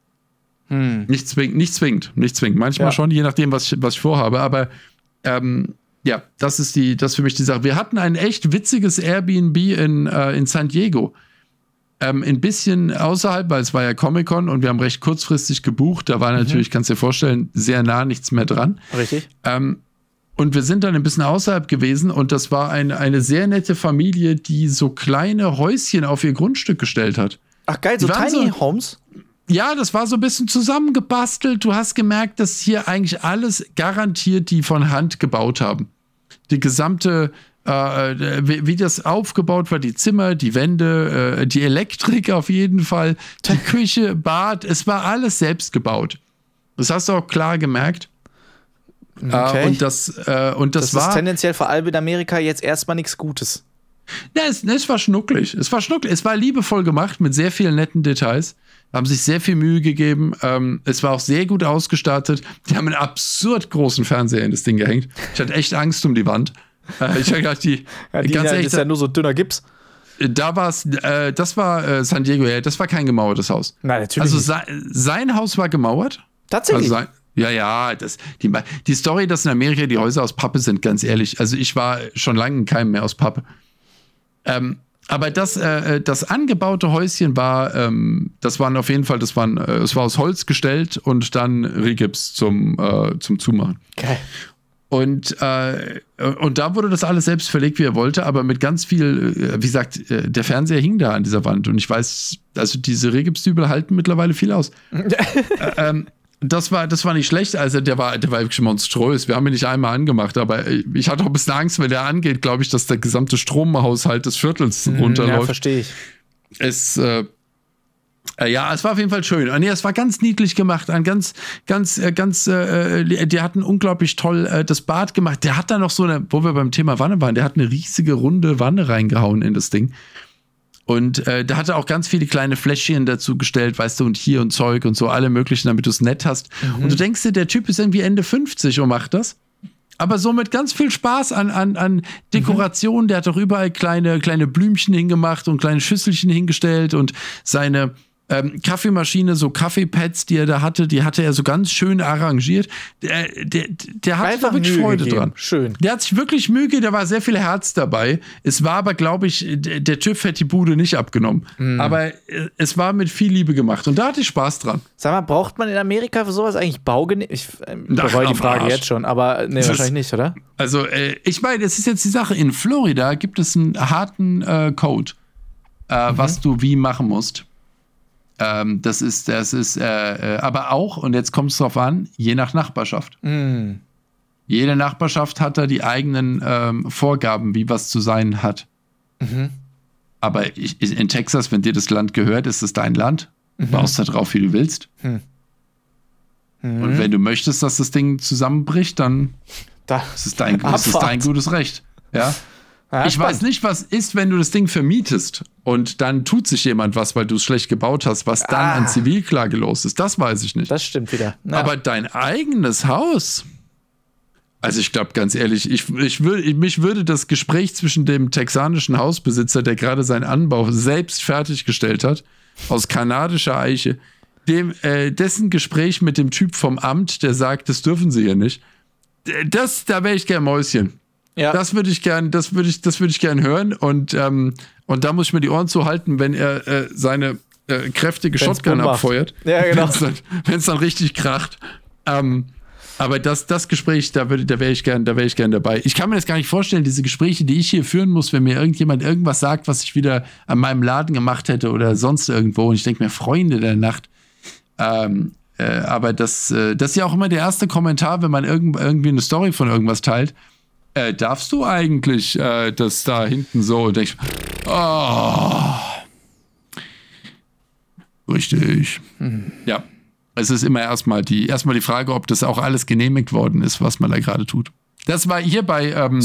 Hm. Nicht zwingend, nicht zwingend, nicht zwingend. Manchmal Ja. schon, je nachdem, was ich, was ich vorhabe. Aber ähm, ja, das ist die, das ist für mich die Sache. Wir hatten ein echt witziges Airbnb in, äh, in San Diego. Ähm, ein bisschen außerhalb, weil es war ja Comic-Con und wir haben recht kurzfristig gebucht. Da war natürlich, kannst du dir vorstellen, sehr nah nichts mehr dran. Richtig. Ähm, und wir sind dann ein bisschen außerhalb gewesen und das war ein, eine sehr nette Familie, die so kleine Häuschen auf ihr Grundstück gestellt hat. Ach geil, so Die waren Tiny so- Homes? Ja, das war so ein bisschen zusammengebastelt. Du hast gemerkt, dass hier eigentlich alles garantiert die von Hand gebaut haben. Die gesamte, äh, wie, wie das aufgebaut war, die Zimmer, die Wände, äh, die Elektrik auf jeden Fall, die Küche, Bad, es war alles selbst gebaut. Das hast du auch klar gemerkt. Okay. Äh, und das, äh, und das, das war. ist tendenziell vor allem in Amerika jetzt erstmal nichts Gutes. Ja, es, es war schnucklig. Es war schnucklig. Es war liebevoll gemacht mit sehr vielen netten Details. Haben sich sehr viel Mühe gegeben. Ähm, es war auch sehr gut ausgestattet. Die haben einen absurd großen Fernseher in das Ding gehängt. Ich hatte echt Angst um die Wand. Äh, ich habe gedacht, die, Ja, die ganz ja, ehrlich, das ist ja nur so dünner Gips. da war es, äh, das war äh, San Diego, ja, das war kein gemauertes Haus. Nein, natürlich Also nicht. sein, sein Haus war gemauert. Tatsächlich. Also sein, ja, ja, das, die, die Story, dass in Amerika die Häuser aus Pappe sind, ganz ehrlich. Also ich war schon lange in keinem mehr aus Pappe. Ähm, aber das, äh, das angebaute Häuschen war, ähm, das waren auf jeden Fall, das waren, äh, es war aus Holz gestellt und dann Rigips zum, äh, zum Zumachen. Geil. Und, äh, und da wurde das alles selbst verlegt, wie er wollte, aber mit ganz viel, äh, wie gesagt, äh, der Fernseher hing da an dieser Wand und ich weiß, also diese Regipsdübel halten mittlerweile viel aus. äh, ähm, Das war, das war nicht schlecht, also der war, der war wirklich monströs. Wir haben ihn nicht einmal angemacht, aber ich hatte auch ein bisschen Angst, wenn der angeht, glaube ich, dass der gesamte Stromhaushalt des Viertels Ja, runterläuft. verstehe ich. Es, äh, äh, ja, es war auf jeden Fall schön. Und nee, es war ganz niedlich gemacht, ein ganz, ganz, äh, ganz, äh, die hatten unglaublich toll äh, das Bad gemacht. Der hat da noch so eine, wo wir beim Thema Wanne waren, der hat eine riesige runde Wanne reingehauen in das Ding. Und äh, da hat er auch ganz viele kleine Fläschchen dazu gestellt, weißt du, und hier und Zeug und so, alle möglichen, damit du es nett hast. Mhm. Und du denkst dir, der Typ ist irgendwie Ende fünfzig und macht das. Aber so mit ganz viel Spaß an, an, an Dekoration. Mhm. Der hat doch überall kleine, kleine Blümchen hingemacht und kleine Schüsselchen hingestellt und seine ähm, Kaffeemaschine, so Kaffeepads, die er da hatte, die hatte er so ganz schön arrangiert. Der, der, der hatte da wirklich Mühe Freude gegeben. dran. Schön. Der hat sich wirklich Mühe gegeben, da war sehr viel Herz dabei. Es war aber, glaube ich, der, der TÜV hätte die Bude nicht abgenommen. Mhm. Aber äh, es war mit viel Liebe gemacht und da hatte ich Spaß dran. Sag mal, braucht man in Amerika für sowas eigentlich Baugenehmigung? Ich äh, bereue die Frage Arsch. jetzt schon, aber nee, Das wahrscheinlich nicht, oder? Also, äh, ich meine, das ist jetzt die Sache. In Florida gibt es einen harten äh, Code, äh, mhm. was du wie machen musst. Ähm, das ist, das ist, äh, äh, aber auch, und jetzt kommt es drauf an, je nach Nachbarschaft. Mhm. Jede Nachbarschaft hat da die eigenen ähm, Vorgaben, wie was zu sein hat. Mhm. Aber ich, in Texas, wenn dir das Land gehört, ist es dein Land. Du mhm. baust da drauf, wie du willst. Mhm. Und wenn du möchtest, dass das Ding zusammenbricht, dann Da, das ist dein, das ist dein gutes Recht. Ja. Ja, ich spannend. weiß nicht, was ist, wenn du das Ding vermietest und dann tut sich jemand was, weil du es schlecht gebaut hast, was dann Ah. an Zivilklage los ist. Das weiß ich nicht. Das stimmt wieder. Ja. Aber dein eigenes Haus. Also ich glaube, ganz ehrlich, ich, ich würd, ich, mich würde das Gespräch zwischen dem texanischen Hausbesitzer, der gerade seinen Anbau selbst fertiggestellt hat, aus kanadischer Eiche, dem, äh, dessen Gespräch mit dem Typ vom Amt, der sagt, das dürfen sie hier nicht, das, da wäre ich gern Mäuschen. ja. Das würde ich gern, das würde ich, das würde ich gern hören und, ähm, und da muss ich mir die Ohren zuhalten, wenn er äh, seine äh, kräftige Wenn's Shotgun Bumm macht. abfeuert. Ja, genau. Wenn es dann, wenn's dann richtig kracht. Ähm, aber das, das Gespräch, da, würde, da wäre ich gern, da wäre ich gern dabei. Ich kann mir das gar nicht vorstellen, diese Gespräche, die ich hier führen muss, wenn mir irgendjemand irgendwas sagt, was ich wieder an meinem Laden gemacht hätte oder sonst irgendwo. Und ich denke mir, Freunde der Nacht. Ähm, äh, aber das, äh, das ist ja auch immer der erste Kommentar, wenn man irgend, irgendwie eine Story von irgendwas teilt. Äh, darfst du eigentlich äh, das da hinten so? Und ich, oh. Richtig. Mhm. Ja. Es ist immer erstmal die, erstmal die Frage, ob das auch alles genehmigt worden ist, was man da gerade tut. Das war hier bei, ähm,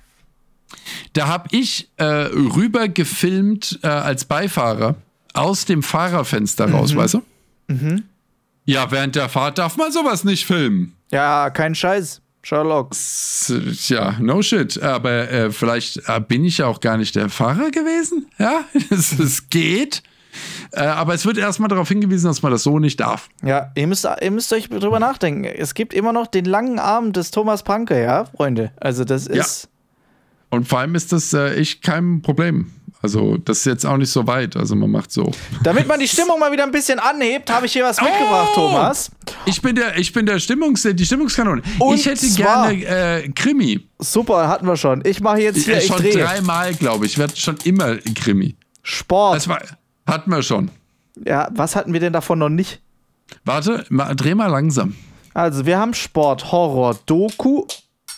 da habe ich äh, rüber gefilmt äh, als Beifahrer aus dem Fahrerfenster raus, Mhm. weißt du? Mhm. Ja, während der Fahrt darf man sowas nicht filmen. ja, kein Scheiß. Sherlock. S- Ja, no shit. Aber äh, vielleicht äh, bin ich ja auch gar nicht der Fahrer gewesen. Ja, es, es geht. Äh, aber es wird erstmal darauf hingewiesen, dass man das so nicht darf. Ja, ihr müsst, ihr müsst euch drüber nachdenken. Es gibt immer noch den langen Arm des Thomas Panke, ja, Freunde. Also das ist. Und vor allem ist das äh, echt kein Problem. Also, das ist jetzt auch nicht so weit. Also, man macht so. Damit man die Stimmung mal wieder ein bisschen anhebt, habe ich hier was mitgebracht, Oh! Thomas. Ich bin der, ich bin der Stimmungs, die Stimmungskanone. Und ich hätte zwar- gerne äh, Krimi. Super, hatten wir schon. Ich mache jetzt hier, Äh, ich schon drehe. dreimal, glaube ich. Ich werde schon immer Krimi. Sport. Das war, hatten wir schon. Ja, was hatten wir denn davon noch nicht? Warte, mal, dreh mal langsam. Also, wir haben Sport, Horror, Doku,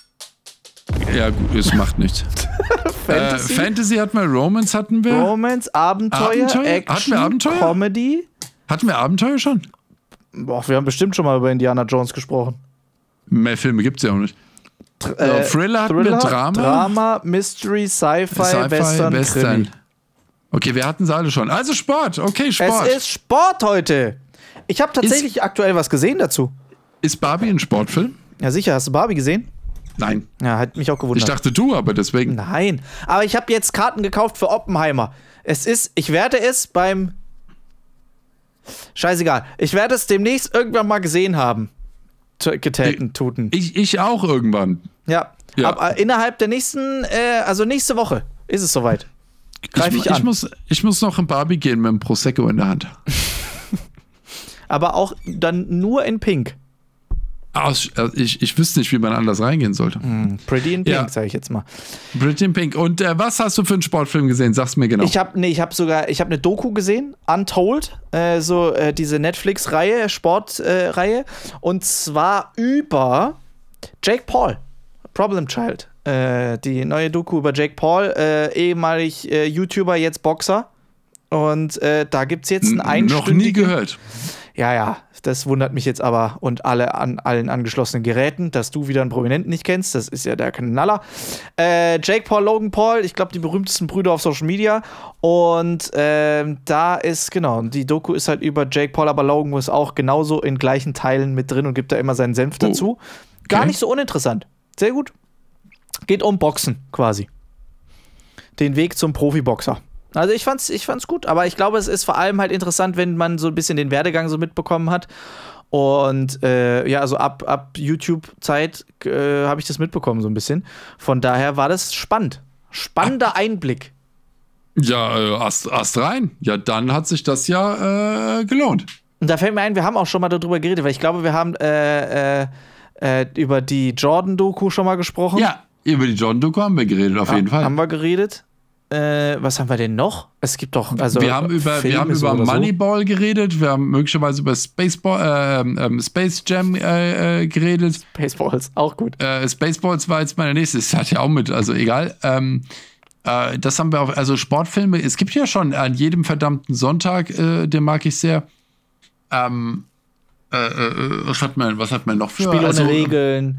Ja, gut, es macht nichts. Fantasy, Äh, Fantasy hatten wir, Romance hatten wir. Romance, Abenteuer, Abenteuer? Action, Hatten wir Abenteuer? Comedy. Hatten wir Abenteuer schon? Boah, wir haben bestimmt schon mal über Indiana Jones gesprochen. Mehr Filme gibt es ja auch nicht. Tr- Ja, Thriller hatten wir, Drama. Drama, Mystery, Sci-Fi, Sci-Fi, Western, Western. Krimi. Okay, wir hatten sie alle schon. Also Sport. Okay, Sport. Es ist Sport heute. Ich habe tatsächlich aktuell was gesehen dazu. Ist Barbie ein Sportfilm? Ja, sicher. Hast du Barbie gesehen? Nein. Ja, hat mich auch gewundert. Ich dachte du, aber deswegen. Nein. Aber ich habe jetzt Karten gekauft für Oppenheimer. Es ist, ich werde es beim. Scheißegal. Ich werde es demnächst irgendwann mal gesehen haben. T- Getäten, Tuten. Ich, ich auch irgendwann. Ja. Ja. Aber innerhalb der nächsten, äh, also nächste Woche ist es soweit. Greif ich ich, an. muss, ich muss noch in Barbie gehen mit dem Prosecco in der Hand. Aber auch dann nur in Pink. Aus, äh, ich, ich wüsste nicht, wie man anders reingehen sollte. Pretty in Pink, Ja. sage ich jetzt mal. Pretty in Pink. Und äh, was hast du für einen Sportfilm gesehen? Sag's mir genau. Ich habe nee, ich habe sogar, ich habe eine Doku gesehen, Untold, äh, so äh, diese Netflix-Reihe, Sportreihe, äh, Reihe. Und zwar über Jake Paul, Problem Child. Äh, die neue Doku über Jake Paul, äh, ehemalig äh, YouTuber, jetzt Boxer. Und äh, da gibt's jetzt einen N- einstündigen... Noch nie gehört. Ja, ja, das wundert mich jetzt aber und alle an allen angeschlossenen Geräten, dass du wieder einen Prominenten nicht kennst. Das ist ja der Knaller. Äh, Jake Paul, Logan Paul, ich glaube, die berühmtesten Brüder auf Social Media. Und ähm, da ist, genau, die Doku ist halt über Jake Paul, aber Logan ist auch genauso in gleichen Teilen mit drin und gibt da immer seinen Senf Oh. dazu. Gar Okay. nicht so uninteressant. Sehr gut. Geht um Boxen quasi. Den Weg zum Profiboxer. Also ich fand's, ich fand's gut, aber ich glaube, es ist vor allem halt interessant, wenn man so ein bisschen den Werdegang so mitbekommen hat. Und äh, ja, also ab, ab YouTube-Zeit äh, habe ich das mitbekommen, so ein bisschen. Von daher war das spannend. Spannender Einblick. Ja, äh, Ast, Ast rein. Ja, dann hat sich das ja äh, gelohnt. Und da fällt mir ein, wir haben auch schon mal darüber geredet, weil ich glaube, wir haben äh, äh, äh, über die Jordan-Doku schon mal gesprochen. Ja, über die John-Doku haben wir geredet, auf Ha- jeden Fall. Haben wir geredet. Äh, was haben wir denn noch? Es gibt doch, also wir haben über, wir Filme haben so über oder so. Moneyball geredet, wir haben möglicherweise über Spaceball, äh, ähm, Space Jam äh, äh, geredet. Baseballs, auch gut. Äh, Spaceballs war jetzt meine nächste, das hat ja auch mit, also egal. Ähm, äh, das haben wir auch, also Sportfilme, es gibt ja schon an jedem verdammten Sonntag, äh, den mag ich sehr. Ähm, äh, äh, was hat man, was hat man noch für? Spiel ohne also, Regeln.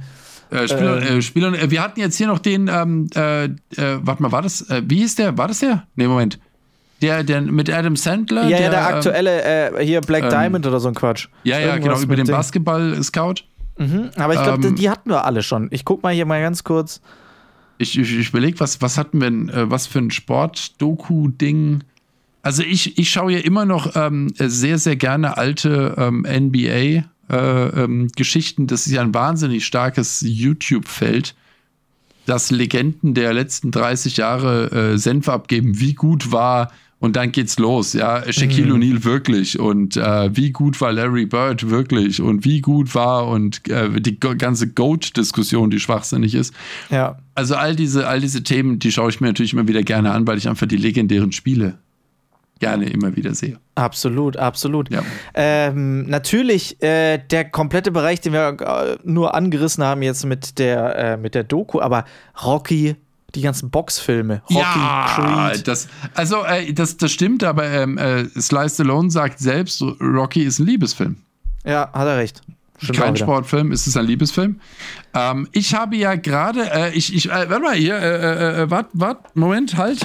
Äh, Spieler, ähm. äh, Spieler, äh, wir hatten jetzt hier noch den, ähm, äh, äh, warte mal, war das, äh, wie hieß der? War das der? Nee, Moment. Der, der mit Adam Sandler? Ja, der, ja, der aktuelle, äh, hier Black ähm, Diamond oder so ein Quatsch. Ja, ja, genau, über den Basketball-Scout. Mhm, aber ich glaube, ähm, die hatten wir alle schon. Ich guck mal hier mal ganz kurz. Ich, ich, ich überlege, was, was hatten wir denn, äh, was für ein Sport-Doku-Ding? Also ich, ich schaue ja immer noch ähm, sehr, sehr gerne alte ähm, N B A-Geschichten. Äh, ähm, das ist ja ein wahnsinnig starkes YouTube-Feld, dass Legenden der letzten dreißig Jahre äh, Senf abgeben, wie gut war, und dann geht's los, ja, Shaquille mhm. O'Neal wirklich und äh, wie gut war Larry Bird wirklich und wie gut war und äh, die ganze GOAT-Diskussion, die schwachsinnig ist. Ja. Also all diese, all diese Themen, die schaue ich mir natürlich immer wieder gerne an, weil ich einfach die legendären Spiele gerne immer wieder sehe. Absolut, absolut. Ja. Ähm, natürlich, äh, der komplette Bereich, den wir äh, nur angerissen haben jetzt mit der, äh, mit der Doku, aber Rocky, die ganzen Boxfilme, Rocky, ja, Creed. Das, also äh, das, das stimmt, aber ähm, äh, Sly Stallone sagt selbst, Rocky ist ein Liebesfilm. Ja, hat er recht. Stimmt. Kein Sportfilm, ist es ein Liebesfilm. Ähm, ich habe ja gerade, äh, ich, ich, äh, warte mal hier, äh, äh, warte, warte, Moment, halt.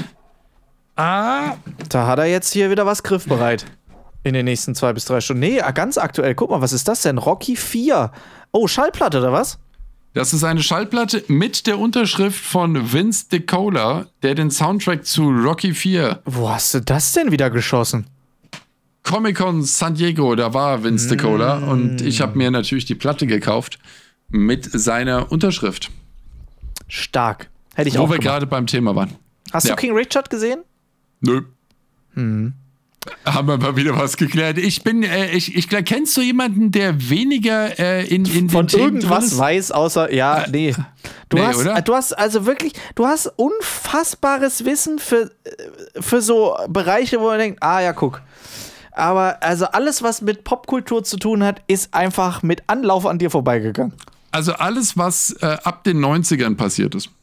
Ah. Da hat er jetzt hier wieder was griffbereit. In den nächsten zwei bis drei Stunden. Nee, ganz aktuell. Guck mal, was ist das denn? Rocky vier. Oh, Schallplatte oder was? Das ist eine Schallplatte mit der Unterschrift von Vince DiCola, der den Soundtrack zu Rocky vier. Wo hast du das denn wieder geschossen? Comic-Con San Diego, da war Vince mm. DiCola. Und ich habe mir natürlich die Platte gekauft mit seiner Unterschrift. Stark. Hätte ich Wo auch wir gerade beim Thema waren. Hast ja. du King Richard gesehen? Nö. Hm. Haben wir mal wieder was geklärt. Ich bin, äh, ich, ich kennst du jemanden, der weniger äh, in, in von den irgendwas Themen weiß, außer, ja, nee. Du, nee, hast, oder? du hast also wirklich, du hast unfassbares Wissen für, für so Bereiche, wo man denkt, ah ja, guck. Aber also alles, was mit Popkultur zu tun hat, ist einfach mit Anlauf an dir vorbeigegangen. Also alles, was äh, ab den neunzigern passiert ist.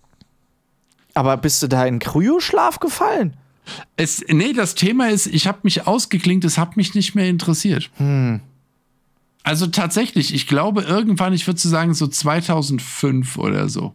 Aber bist du da in Kryoschlaf gefallen? Es, nee, das Thema ist, ich habe mich ausgeklinkt, es hat mich nicht mehr interessiert. Hm. Also tatsächlich, ich glaube irgendwann, ich würde so sagen, so zweitausendfünf oder so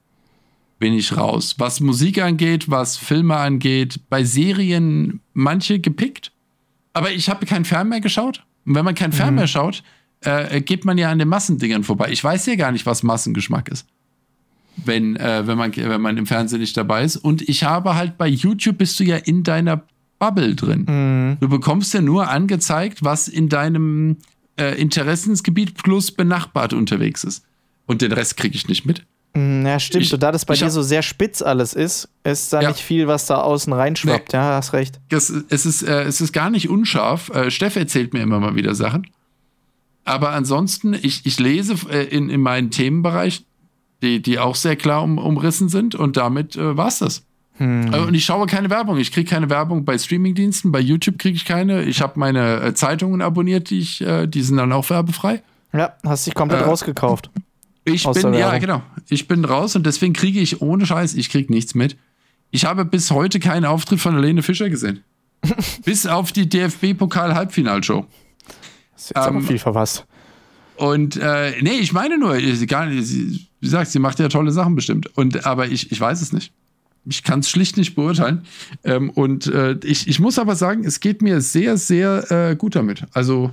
bin ich raus. Was Musik angeht, was Filme angeht, bei Serien manche gepickt. Aber ich habe kein Fern mehr geschaut. Und wenn man kein Fern mehr schaut, äh, geht man ja an den Massendingern vorbei. Ich weiß ja gar nicht, was Massengeschmack ist. Wenn, äh, wenn, man, wenn man im Fernsehen nicht dabei ist. Und ich habe halt bei YouTube bist du ja in deiner Bubble drin. Mhm. Du bekommst ja nur angezeigt, was in deinem äh, Interessensgebiet plus benachbart unterwegs ist. Und den Rest kriege ich nicht mit. Ja, stimmt. Ich, und da das bei dir hab, so sehr spitz alles ist, ist da ja. nicht viel, was da außen reinschwappt. Nee. Ja, hast recht. Das, es, ist, äh, es ist gar nicht unscharf. Äh, Steff erzählt mir immer mal wieder Sachen. Aber ansonsten, ich, ich lese äh, in, in meinen Themenbereich, die, die auch sehr klar um, umrissen sind. Und damit äh, war's das. Hm. Und ich schaue keine Werbung. Ich kriege keine Werbung bei Streamingdiensten. Bei YouTube kriege ich keine. Ich habe meine äh, Zeitungen abonniert, die, ich, äh, die sind dann auch werbefrei. Ja, hast dich komplett äh, rausgekauft. Ich bin, ja, genau. Ich bin raus und deswegen kriege ich ohne Scheiß, ich kriege nichts mit. Ich habe bis heute keinen Auftritt von Helene Fischer gesehen. Bis auf die D F B-Pokal-Halbfinalshow. Das ist jetzt ähm, aber viel verpasst. Und, äh, nee, ich meine nur, gar nicht, sie, wie gesagt, sie macht ja tolle Sachen bestimmt. Und, aber ich, ich weiß es nicht. Ich kann es schlicht nicht beurteilen. Ähm, und äh, ich, ich muss aber sagen, es geht mir sehr, sehr äh, gut damit. Also,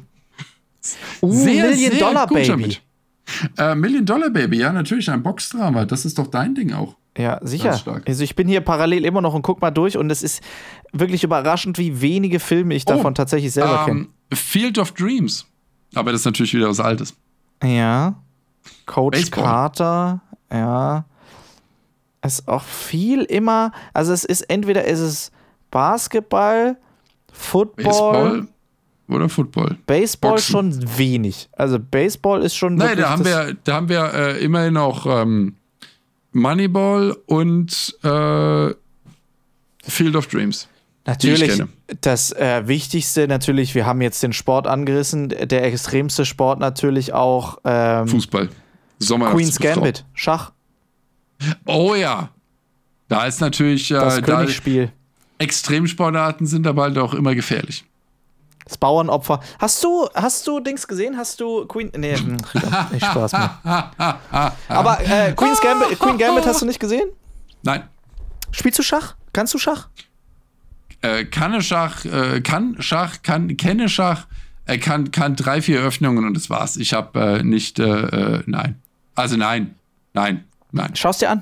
uh, sehr, Million sehr Dollar gut Baby. damit. Äh, Million Dollar Baby, ja, natürlich, ein Boxdrama. Das ist doch dein Ding auch. Ja, sicher. Also ich bin hier parallel immer noch und guck mal durch und es ist wirklich überraschend, wie wenige Filme ich davon oh, tatsächlich selber ähm, kenne. Field of Dreams. Aber das ist natürlich wieder was Altes. Ja. Coach Baseball. Carter, ja. Es ist auch viel immer, also es ist entweder ist es Basketball, Football. Baseball oder Football. Baseball Boxen. Schon wenig. Also Baseball ist schon Nein, wirklich da haben wir, da haben wir äh, immerhin auch ähm, Moneyball und äh, Field of Dreams. Natürlich, das äh, Wichtigste natürlich, wir haben jetzt den Sport angerissen, der extremste Sport natürlich auch ähm, Fußball. Queen's Gambit, Schach. Oh ja. Da ist natürlich äh, das Königsspiel. Da, Extremsportarten sind aber halt auch immer gefährlich. Das Bauernopfer. Hast du, hast du Dings gesehen? Hast du Queen. Nee, hm, nicht Spaß mehr. Aber äh, Queen's Gambit, Queen Gambit hast du nicht gesehen? Nein. Spielst du Schach? Kannst du Schach? Äh, kann Schach, äh, kann Schach, kann, kenne Schach, äh, kann, kann drei, vier Öffnungen und das war's. Ich habe äh, nicht, äh, äh, nein. Also nein, nein, nein. Schau's dir an.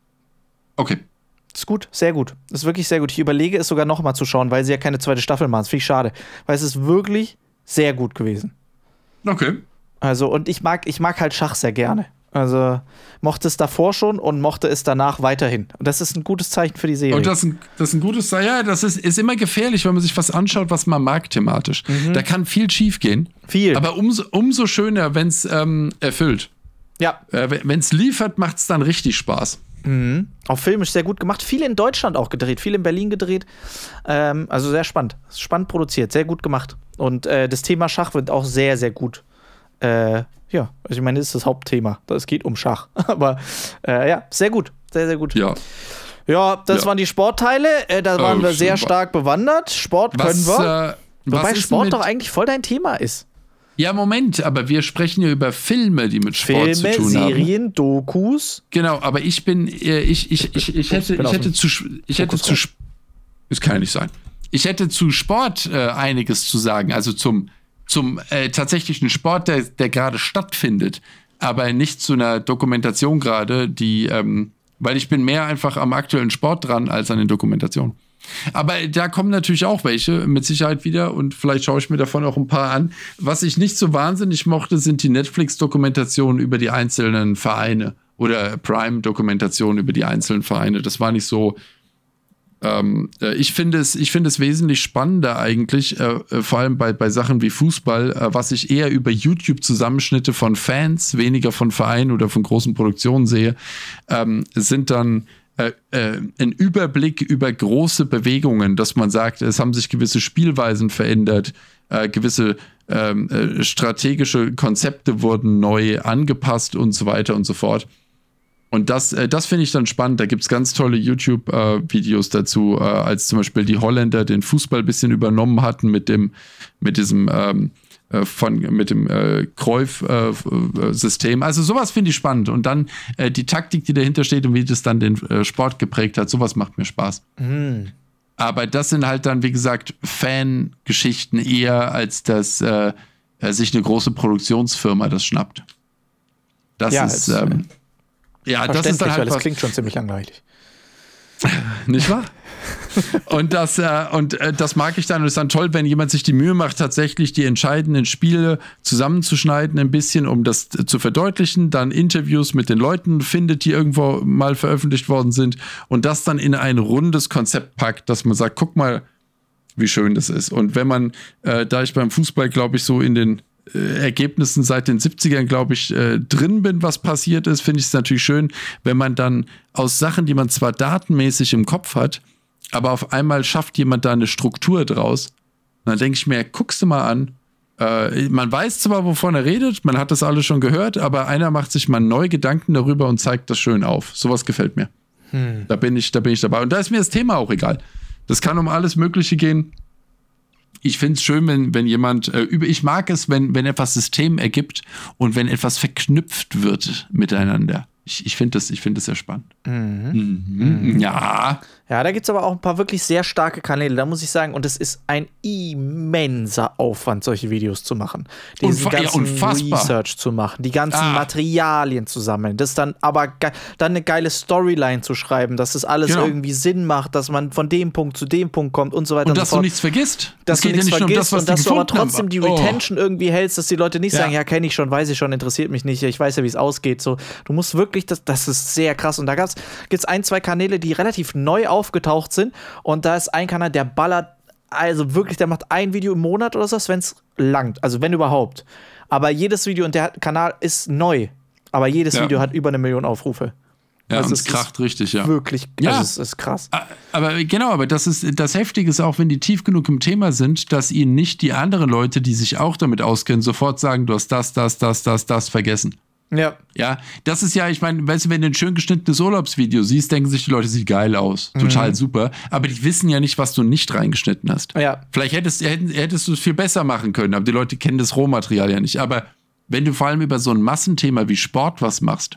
Okay. Ist gut, sehr gut. Ist wirklich sehr gut. Ich überlege es sogar noch mal zu schauen, weil sie ja keine zweite Staffel machen. Das finde ich schade. Weil es ist wirklich sehr gut gewesen. Okay. Also, und ich mag, ich mag halt Schach sehr gerne. Also, mochte es davor schon und mochte es danach weiterhin. Und das ist ein gutes Zeichen für die Serie. Und das ist ein, das ist ein gutes Zeichen. Ja, das ist, ist immer gefährlich, wenn man sich was anschaut, was man mag thematisch. Mhm. Da kann viel schief gehen. Viel. Aber umso, umso schöner, wenn es ähm, erfüllt. Ja. Äh, wenn es liefert, macht es dann richtig Spaß. Mhm. Auch filmisch sehr gut gemacht. Viel in Deutschland auch gedreht, viel in Berlin gedreht. Ähm, also sehr spannend. Spannend produziert, sehr gut gemacht. Und äh, das Thema Schach wird auch sehr, sehr gut. Äh, ja, also ich meine, das ist das Hauptthema. Es geht um Schach. Aber äh, ja, sehr gut. Sehr, sehr gut. Ja. Ja, das ja. waren die Sportteile. Äh, da waren oh, wir sehr super. stark bewandert. Sport können was, wir. Äh, Wobei was Sport mit, doch eigentlich voll dein Thema ist. Ja, Moment, aber wir sprechen ja über Filme, die mit Sport Filme, zu tun haben. Serien, Dokus. Genau, aber ich bin, äh, ich, ich, ich, ich hätte, ich hätte zu, ich hätte zu, das kann ja nicht sein. Ich hätte zu Sport äh, einiges zu sagen, also zum, zum äh, tatsächlichen Sport, der, der gerade stattfindet, aber nicht zu einer Dokumentation gerade, die, ähm, weil ich bin mehr einfach am aktuellen Sport dran als an den Dokumentationen. Aber da kommen natürlich auch welche, mit Sicherheit wieder, und vielleicht schaue ich mir davon auch ein paar an. Was ich nicht so wahnsinnig mochte, sind die Netflix-Dokumentationen über die einzelnen Vereine oder Prime-Dokumentationen über die einzelnen Vereine. Das war nicht so. Ähm, ich finde es, ich finde es wesentlich spannender eigentlich, äh, vor allem bei, bei Sachen wie Fußball, äh, was ich eher über YouTube-Zusammenschnitte von Fans, weniger von Vereinen oder von großen Produktionen sehe, ähm, sind dann Äh, äh, ein Überblick über große Bewegungen, dass man sagt, es haben sich gewisse Spielweisen verändert, äh, gewisse ähm, äh, strategische Konzepte wurden neu angepasst und so weiter und so fort. Und das, äh, das finde ich dann spannend. Da gibt es ganz tolle YouTube-Videos äh, dazu, äh, als zum Beispiel die Holländer den Fußball ein bisschen übernommen hatten mit dem, mit diesem ähm, Von, mit dem äh, Cruyff-System. Äh, also sowas finde ich spannend. Und dann äh, die Taktik, die dahinter steht und wie das dann den äh, Sport geprägt hat, sowas macht mir Spaß. Mhm. Aber das sind halt dann, wie gesagt, Fangeschichten eher, als dass äh, sich eine große Produktionsfirma das schnappt. Das ja, ist ähm, ja, das ist dann halt weil das was, klingt schon ziemlich langweilig. Nicht wahr? Und das, äh, und äh, das mag ich dann. Und es ist dann toll, wenn jemand sich die Mühe macht, tatsächlich die entscheidenden Spiele zusammenzuschneiden, ein bisschen, um das äh, zu verdeutlichen, dann Interviews mit den Leuten findet, die irgendwo mal veröffentlicht worden sind, und das dann in ein rundes Konzept packt, dass man sagt, guck mal, wie schön das ist. Und wenn man, äh, da ich beim Fußball, glaube ich, so in den äh, Ergebnissen seit den siebzigern, glaube ich, äh, drin bin, was passiert ist, finde ich es natürlich schön, wenn man dann aus Sachen, die man zwar datenmäßig im Kopf hat, aber auf einmal schafft jemand da eine Struktur draus. Und dann denke ich mir, guckst du mal an. Äh, man weiß zwar, wovon er redet, man hat das alles schon gehört, aber einer macht sich mal neu Gedanken darüber und zeigt das schön auf. Sowas gefällt mir. Hm. Da bin ich, da bin ich dabei. Und da ist mir das Thema auch egal. Das kann um alles Mögliche gehen. Ich finde es schön, wenn, wenn jemand, äh, über, ich mag es, wenn, wenn etwas System ergibt und wenn etwas verknüpft wird miteinander. Ich, ich finde das, ich find das sehr spannend. Mhm. Mhm. Ja. Ja, da gibt es aber auch ein paar wirklich sehr starke Kanäle, da muss ich sagen, und es ist ein immenser Aufwand, solche Videos zu machen. Diesen Unfa- ganzen ja, Research zu machen, die ganzen ah. Materialien zu sammeln, das dann aber ge- dann eine geile Storyline zu schreiben, dass das alles genau. irgendwie Sinn macht, dass man von dem Punkt zu dem Punkt kommt und so weiter und, und dass so fort. du nichts vergisst. Dass es du geht nichts ja nicht nur um das, was und dass die du aber gefunden trotzdem haben. die Oh. Retention irgendwie hältst, dass die Leute nicht Ja. sagen, ja, kenne ich schon, weiß ich schon, interessiert mich nicht, ich weiß ja, wie es ausgeht. So, du musst wirklich, das, das ist sehr krass. Und da gibt es ein, zwei Kanäle, die relativ neu aufgetaucht sind. Und da ist ein Kanal, der ballert, also wirklich, der macht ein Video im Monat oder so, wenn es langt. Also wenn überhaupt. Aber jedes Video, und der Kanal ist neu. Aber jedes Ja. Video hat über eine Million Aufrufe. Ja, also und es kracht richtig, ja. Wirklich, Ja. also es ist krass. Aber genau, aber das ist das Heftige ist auch, wenn die tief genug im Thema sind, dass ihnen nicht die anderen Leute, die sich auch damit auskennen, sofort sagen, du hast das, das, das, das, das vergessen. Ja. Ja, das ist ja, ich meine, weißt du, wenn du ein schön geschnittenes Urlaubsvideo siehst, denken sich die Leute, sieht geil aus. Total mhm. super. Aber die wissen ja nicht, was du nicht reingeschnitten hast. Ja. Vielleicht hättest, hättest, hättest du es viel besser machen können, aber die Leute kennen das Rohmaterial ja nicht. Aber wenn du vor allem über so ein Massenthema wie Sport was machst,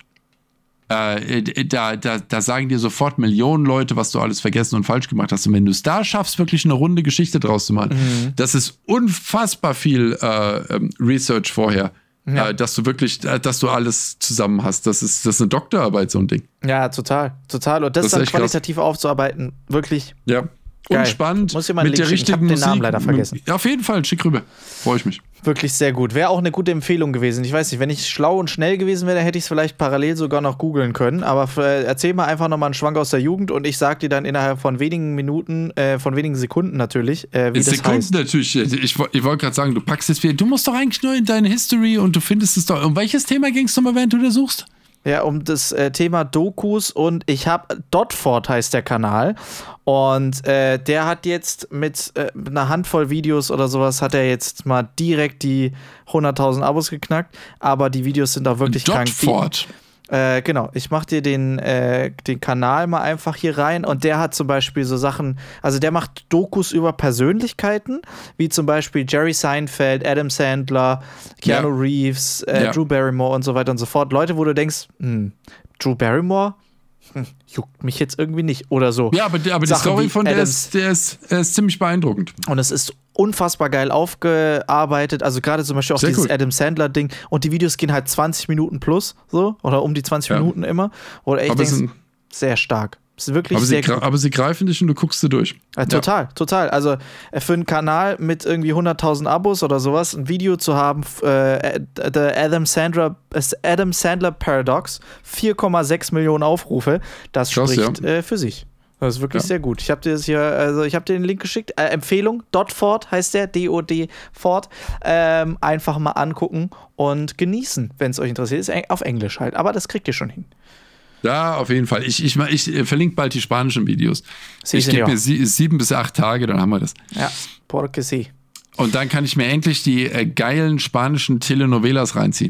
äh, da, da, da sagen dir sofort Millionen Leute, was du alles vergessen und falsch gemacht hast. Und wenn du es da schaffst, wirklich eine runde Geschichte draus zu machen, mhm. das ist unfassbar viel äh, Research vorher. Ja. Äh, dass du wirklich, äh, dass du alles zusammen hast. Das ist, das ist eine Doktorarbeit, so ein Ding. Ja, total, total. Und das, das dann qualitativ krass. aufzuarbeiten, wirklich ja. geil. Und spannend. Muss ich mal mit der richtigen ich hab Musik. den Namen leider vergessen. Ja, auf jeden Fall, schick rüber. Freue ich mich. Wirklich sehr gut. Wäre auch eine gute Empfehlung gewesen. Ich weiß nicht, wenn ich schlau und schnell gewesen wäre, hätte ich es vielleicht parallel sogar noch googeln können. Aber äh, erzähl mal einfach nochmal einen Schwank aus der Jugend und ich sag dir dann innerhalb von wenigen Minuten, äh, von wenigen Sekunden natürlich, äh, wie das Sekunden heißt. natürlich. Ich, ich wollte gerade sagen, du packst es wieder. Du musst doch eigentlich nur in deine History und du findest es doch. Um welches Thema ging es nochmal, während du da suchst? Ja, um das äh, Thema Dokus und ich habe Dotford heißt der Kanal und äh, der hat jetzt mit äh, einer Handvoll Videos oder sowas hat er jetzt mal direkt die hunderttausend Abos geknackt, aber die Videos sind auch wirklich krank. Dotford. Äh, genau, ich mach dir den, äh, den Kanal mal einfach hier rein und der hat zum Beispiel so Sachen, also der macht Dokus über Persönlichkeiten, wie zum Beispiel Jerry Seinfeld, Adam Sandler, Keanu ja. Reeves, äh, ja. Drew Barrymore und so weiter und so fort. Leute, wo du denkst, hm, Drew Barrymore? Hm, juckt mich jetzt irgendwie nicht oder so. Ja, aber, aber die Story von der ist, der ist, der ist ziemlich beeindruckend. Und es ist unfassbar geil aufgearbeitet, also gerade zum Beispiel auch Sehr dieses cool. Adam Sandler-Ding und die Videos gehen halt zwanzig Minuten plus, so, oder um die zwanzig ja. Minuten immer. Oder echt denkst, sehr stark. Ist wirklich aber, sehr sie, gut. aber sie greifen dich und du guckst sie durch. Ja, total, ja. total. Also für einen Kanal mit irgendwie hunderttausend Abos oder sowas, ein Video zu haben, äh, The Adam Sandler, Adam Sandler Paradox, vier Komma sechs Millionen Aufrufe, das Krass, spricht ja. äh, für sich. Das ist wirklich ja. sehr gut. Ich habe dir das hier, also ich habe dir den Link geschickt. Äh, Empfehlung, Dotford heißt der, D O D Ford. Ähm, einfach mal angucken und genießen, wenn es euch interessiert. Ist auf Englisch halt, aber das kriegt ihr schon hin. Ja, auf jeden Fall. Ich, ich, ich, ich verlinke bald die spanischen Videos. Sí, ich gebe mir sie, sieben bis acht Tage, dann haben wir das. Ja, porque sí. Und dann kann ich mir endlich die äh, geilen spanischen Telenovelas reinziehen.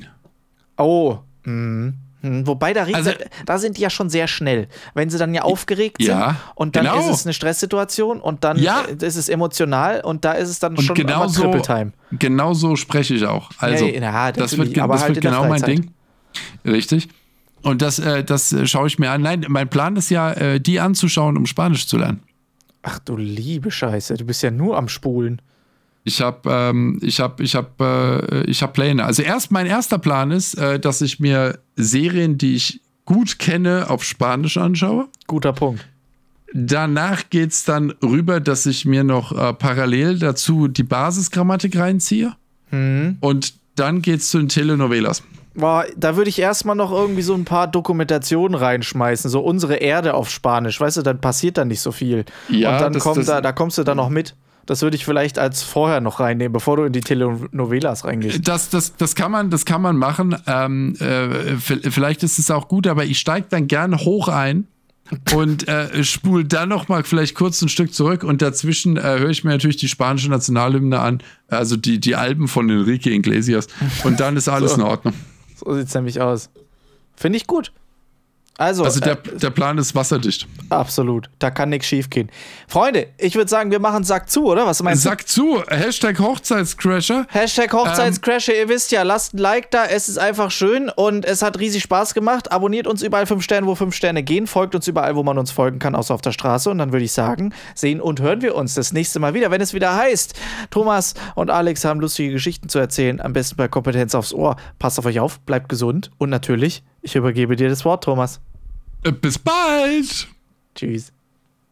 Oh, mhm. Wobei, da, also, da sind die ja schon sehr schnell. Wenn sie dann ja aufgeregt ja, sind und dann genau. ist es eine Stresssituation und dann ja. ist es emotional und da ist es dann und schon genau so, Triple Time. Genau so spreche ich auch. Also, ja, ja, das wird, aber das halt wird genau mein Ding. Richtig. Und das, äh, das schaue ich mir an. Nein, mein Plan ist ja, äh, die anzuschauen, um Spanisch zu lernen. Ach du liebe Scheiße, du bist ja nur am Spulen. Ich habe ähm, ich hab, ich hab, äh, ich hab Pläne. Also erst mein erster Plan ist, äh, dass ich mir Serien, die ich gut kenne, auf Spanisch anschaue. Guter Punkt. Danach geht es dann rüber, dass ich mir noch äh, parallel dazu die Basisgrammatik reinziehe. Mhm. Und dann geht es zu den Telenovelas. Boah, da würde ich erstmal noch irgendwie so ein paar Dokumentationen reinschmeißen, so unsere Erde auf Spanisch, weißt du, dann passiert dann nicht so viel. Ja, und dann das, kommt das, da, da kommst du dann noch mit. Das würde ich vielleicht als vorher noch reinnehmen, bevor du in die Telenovelas reingehst. Das, das, das, kann, man, das kann man machen. Ähm, äh, vielleicht ist es auch gut, aber ich steige dann gerne hoch ein und äh, spule dann noch mal vielleicht kurz ein Stück zurück und dazwischen äh, höre ich mir natürlich die spanische Nationalhymne an, also die, die Alben von Enrique Iglesias und dann ist alles so in Ordnung. So sieht es nämlich aus. Finde ich gut. Also, also der, äh, der Plan ist wasserdicht. Absolut. Da kann nichts schief gehen. Freunde, ich würde sagen, wir machen Sack zu, oder? Was meinst du? Sack zu. Hashtag Hochzeitscrasher. Hashtag Hochzeitscrasher. Ähm, ihr wisst ja, lasst ein Like da. Es ist einfach schön und es hat riesig Spaß gemacht. Abonniert uns überall fünf Sterne, wo fünf Sterne gehen. Folgt uns überall, wo man uns folgen kann, außer auf der Straße. Und dann würde ich sagen, sehen und hören wir uns das nächste Mal wieder, wenn es wieder heißt, Thomas und Alex haben lustige Geschichten zu erzählen. Am besten bei Kompetenz aufs Ohr. Passt auf euch auf, bleibt gesund und natürlich, ich übergebe dir das Wort, Thomas. Bis bald! Tschüss.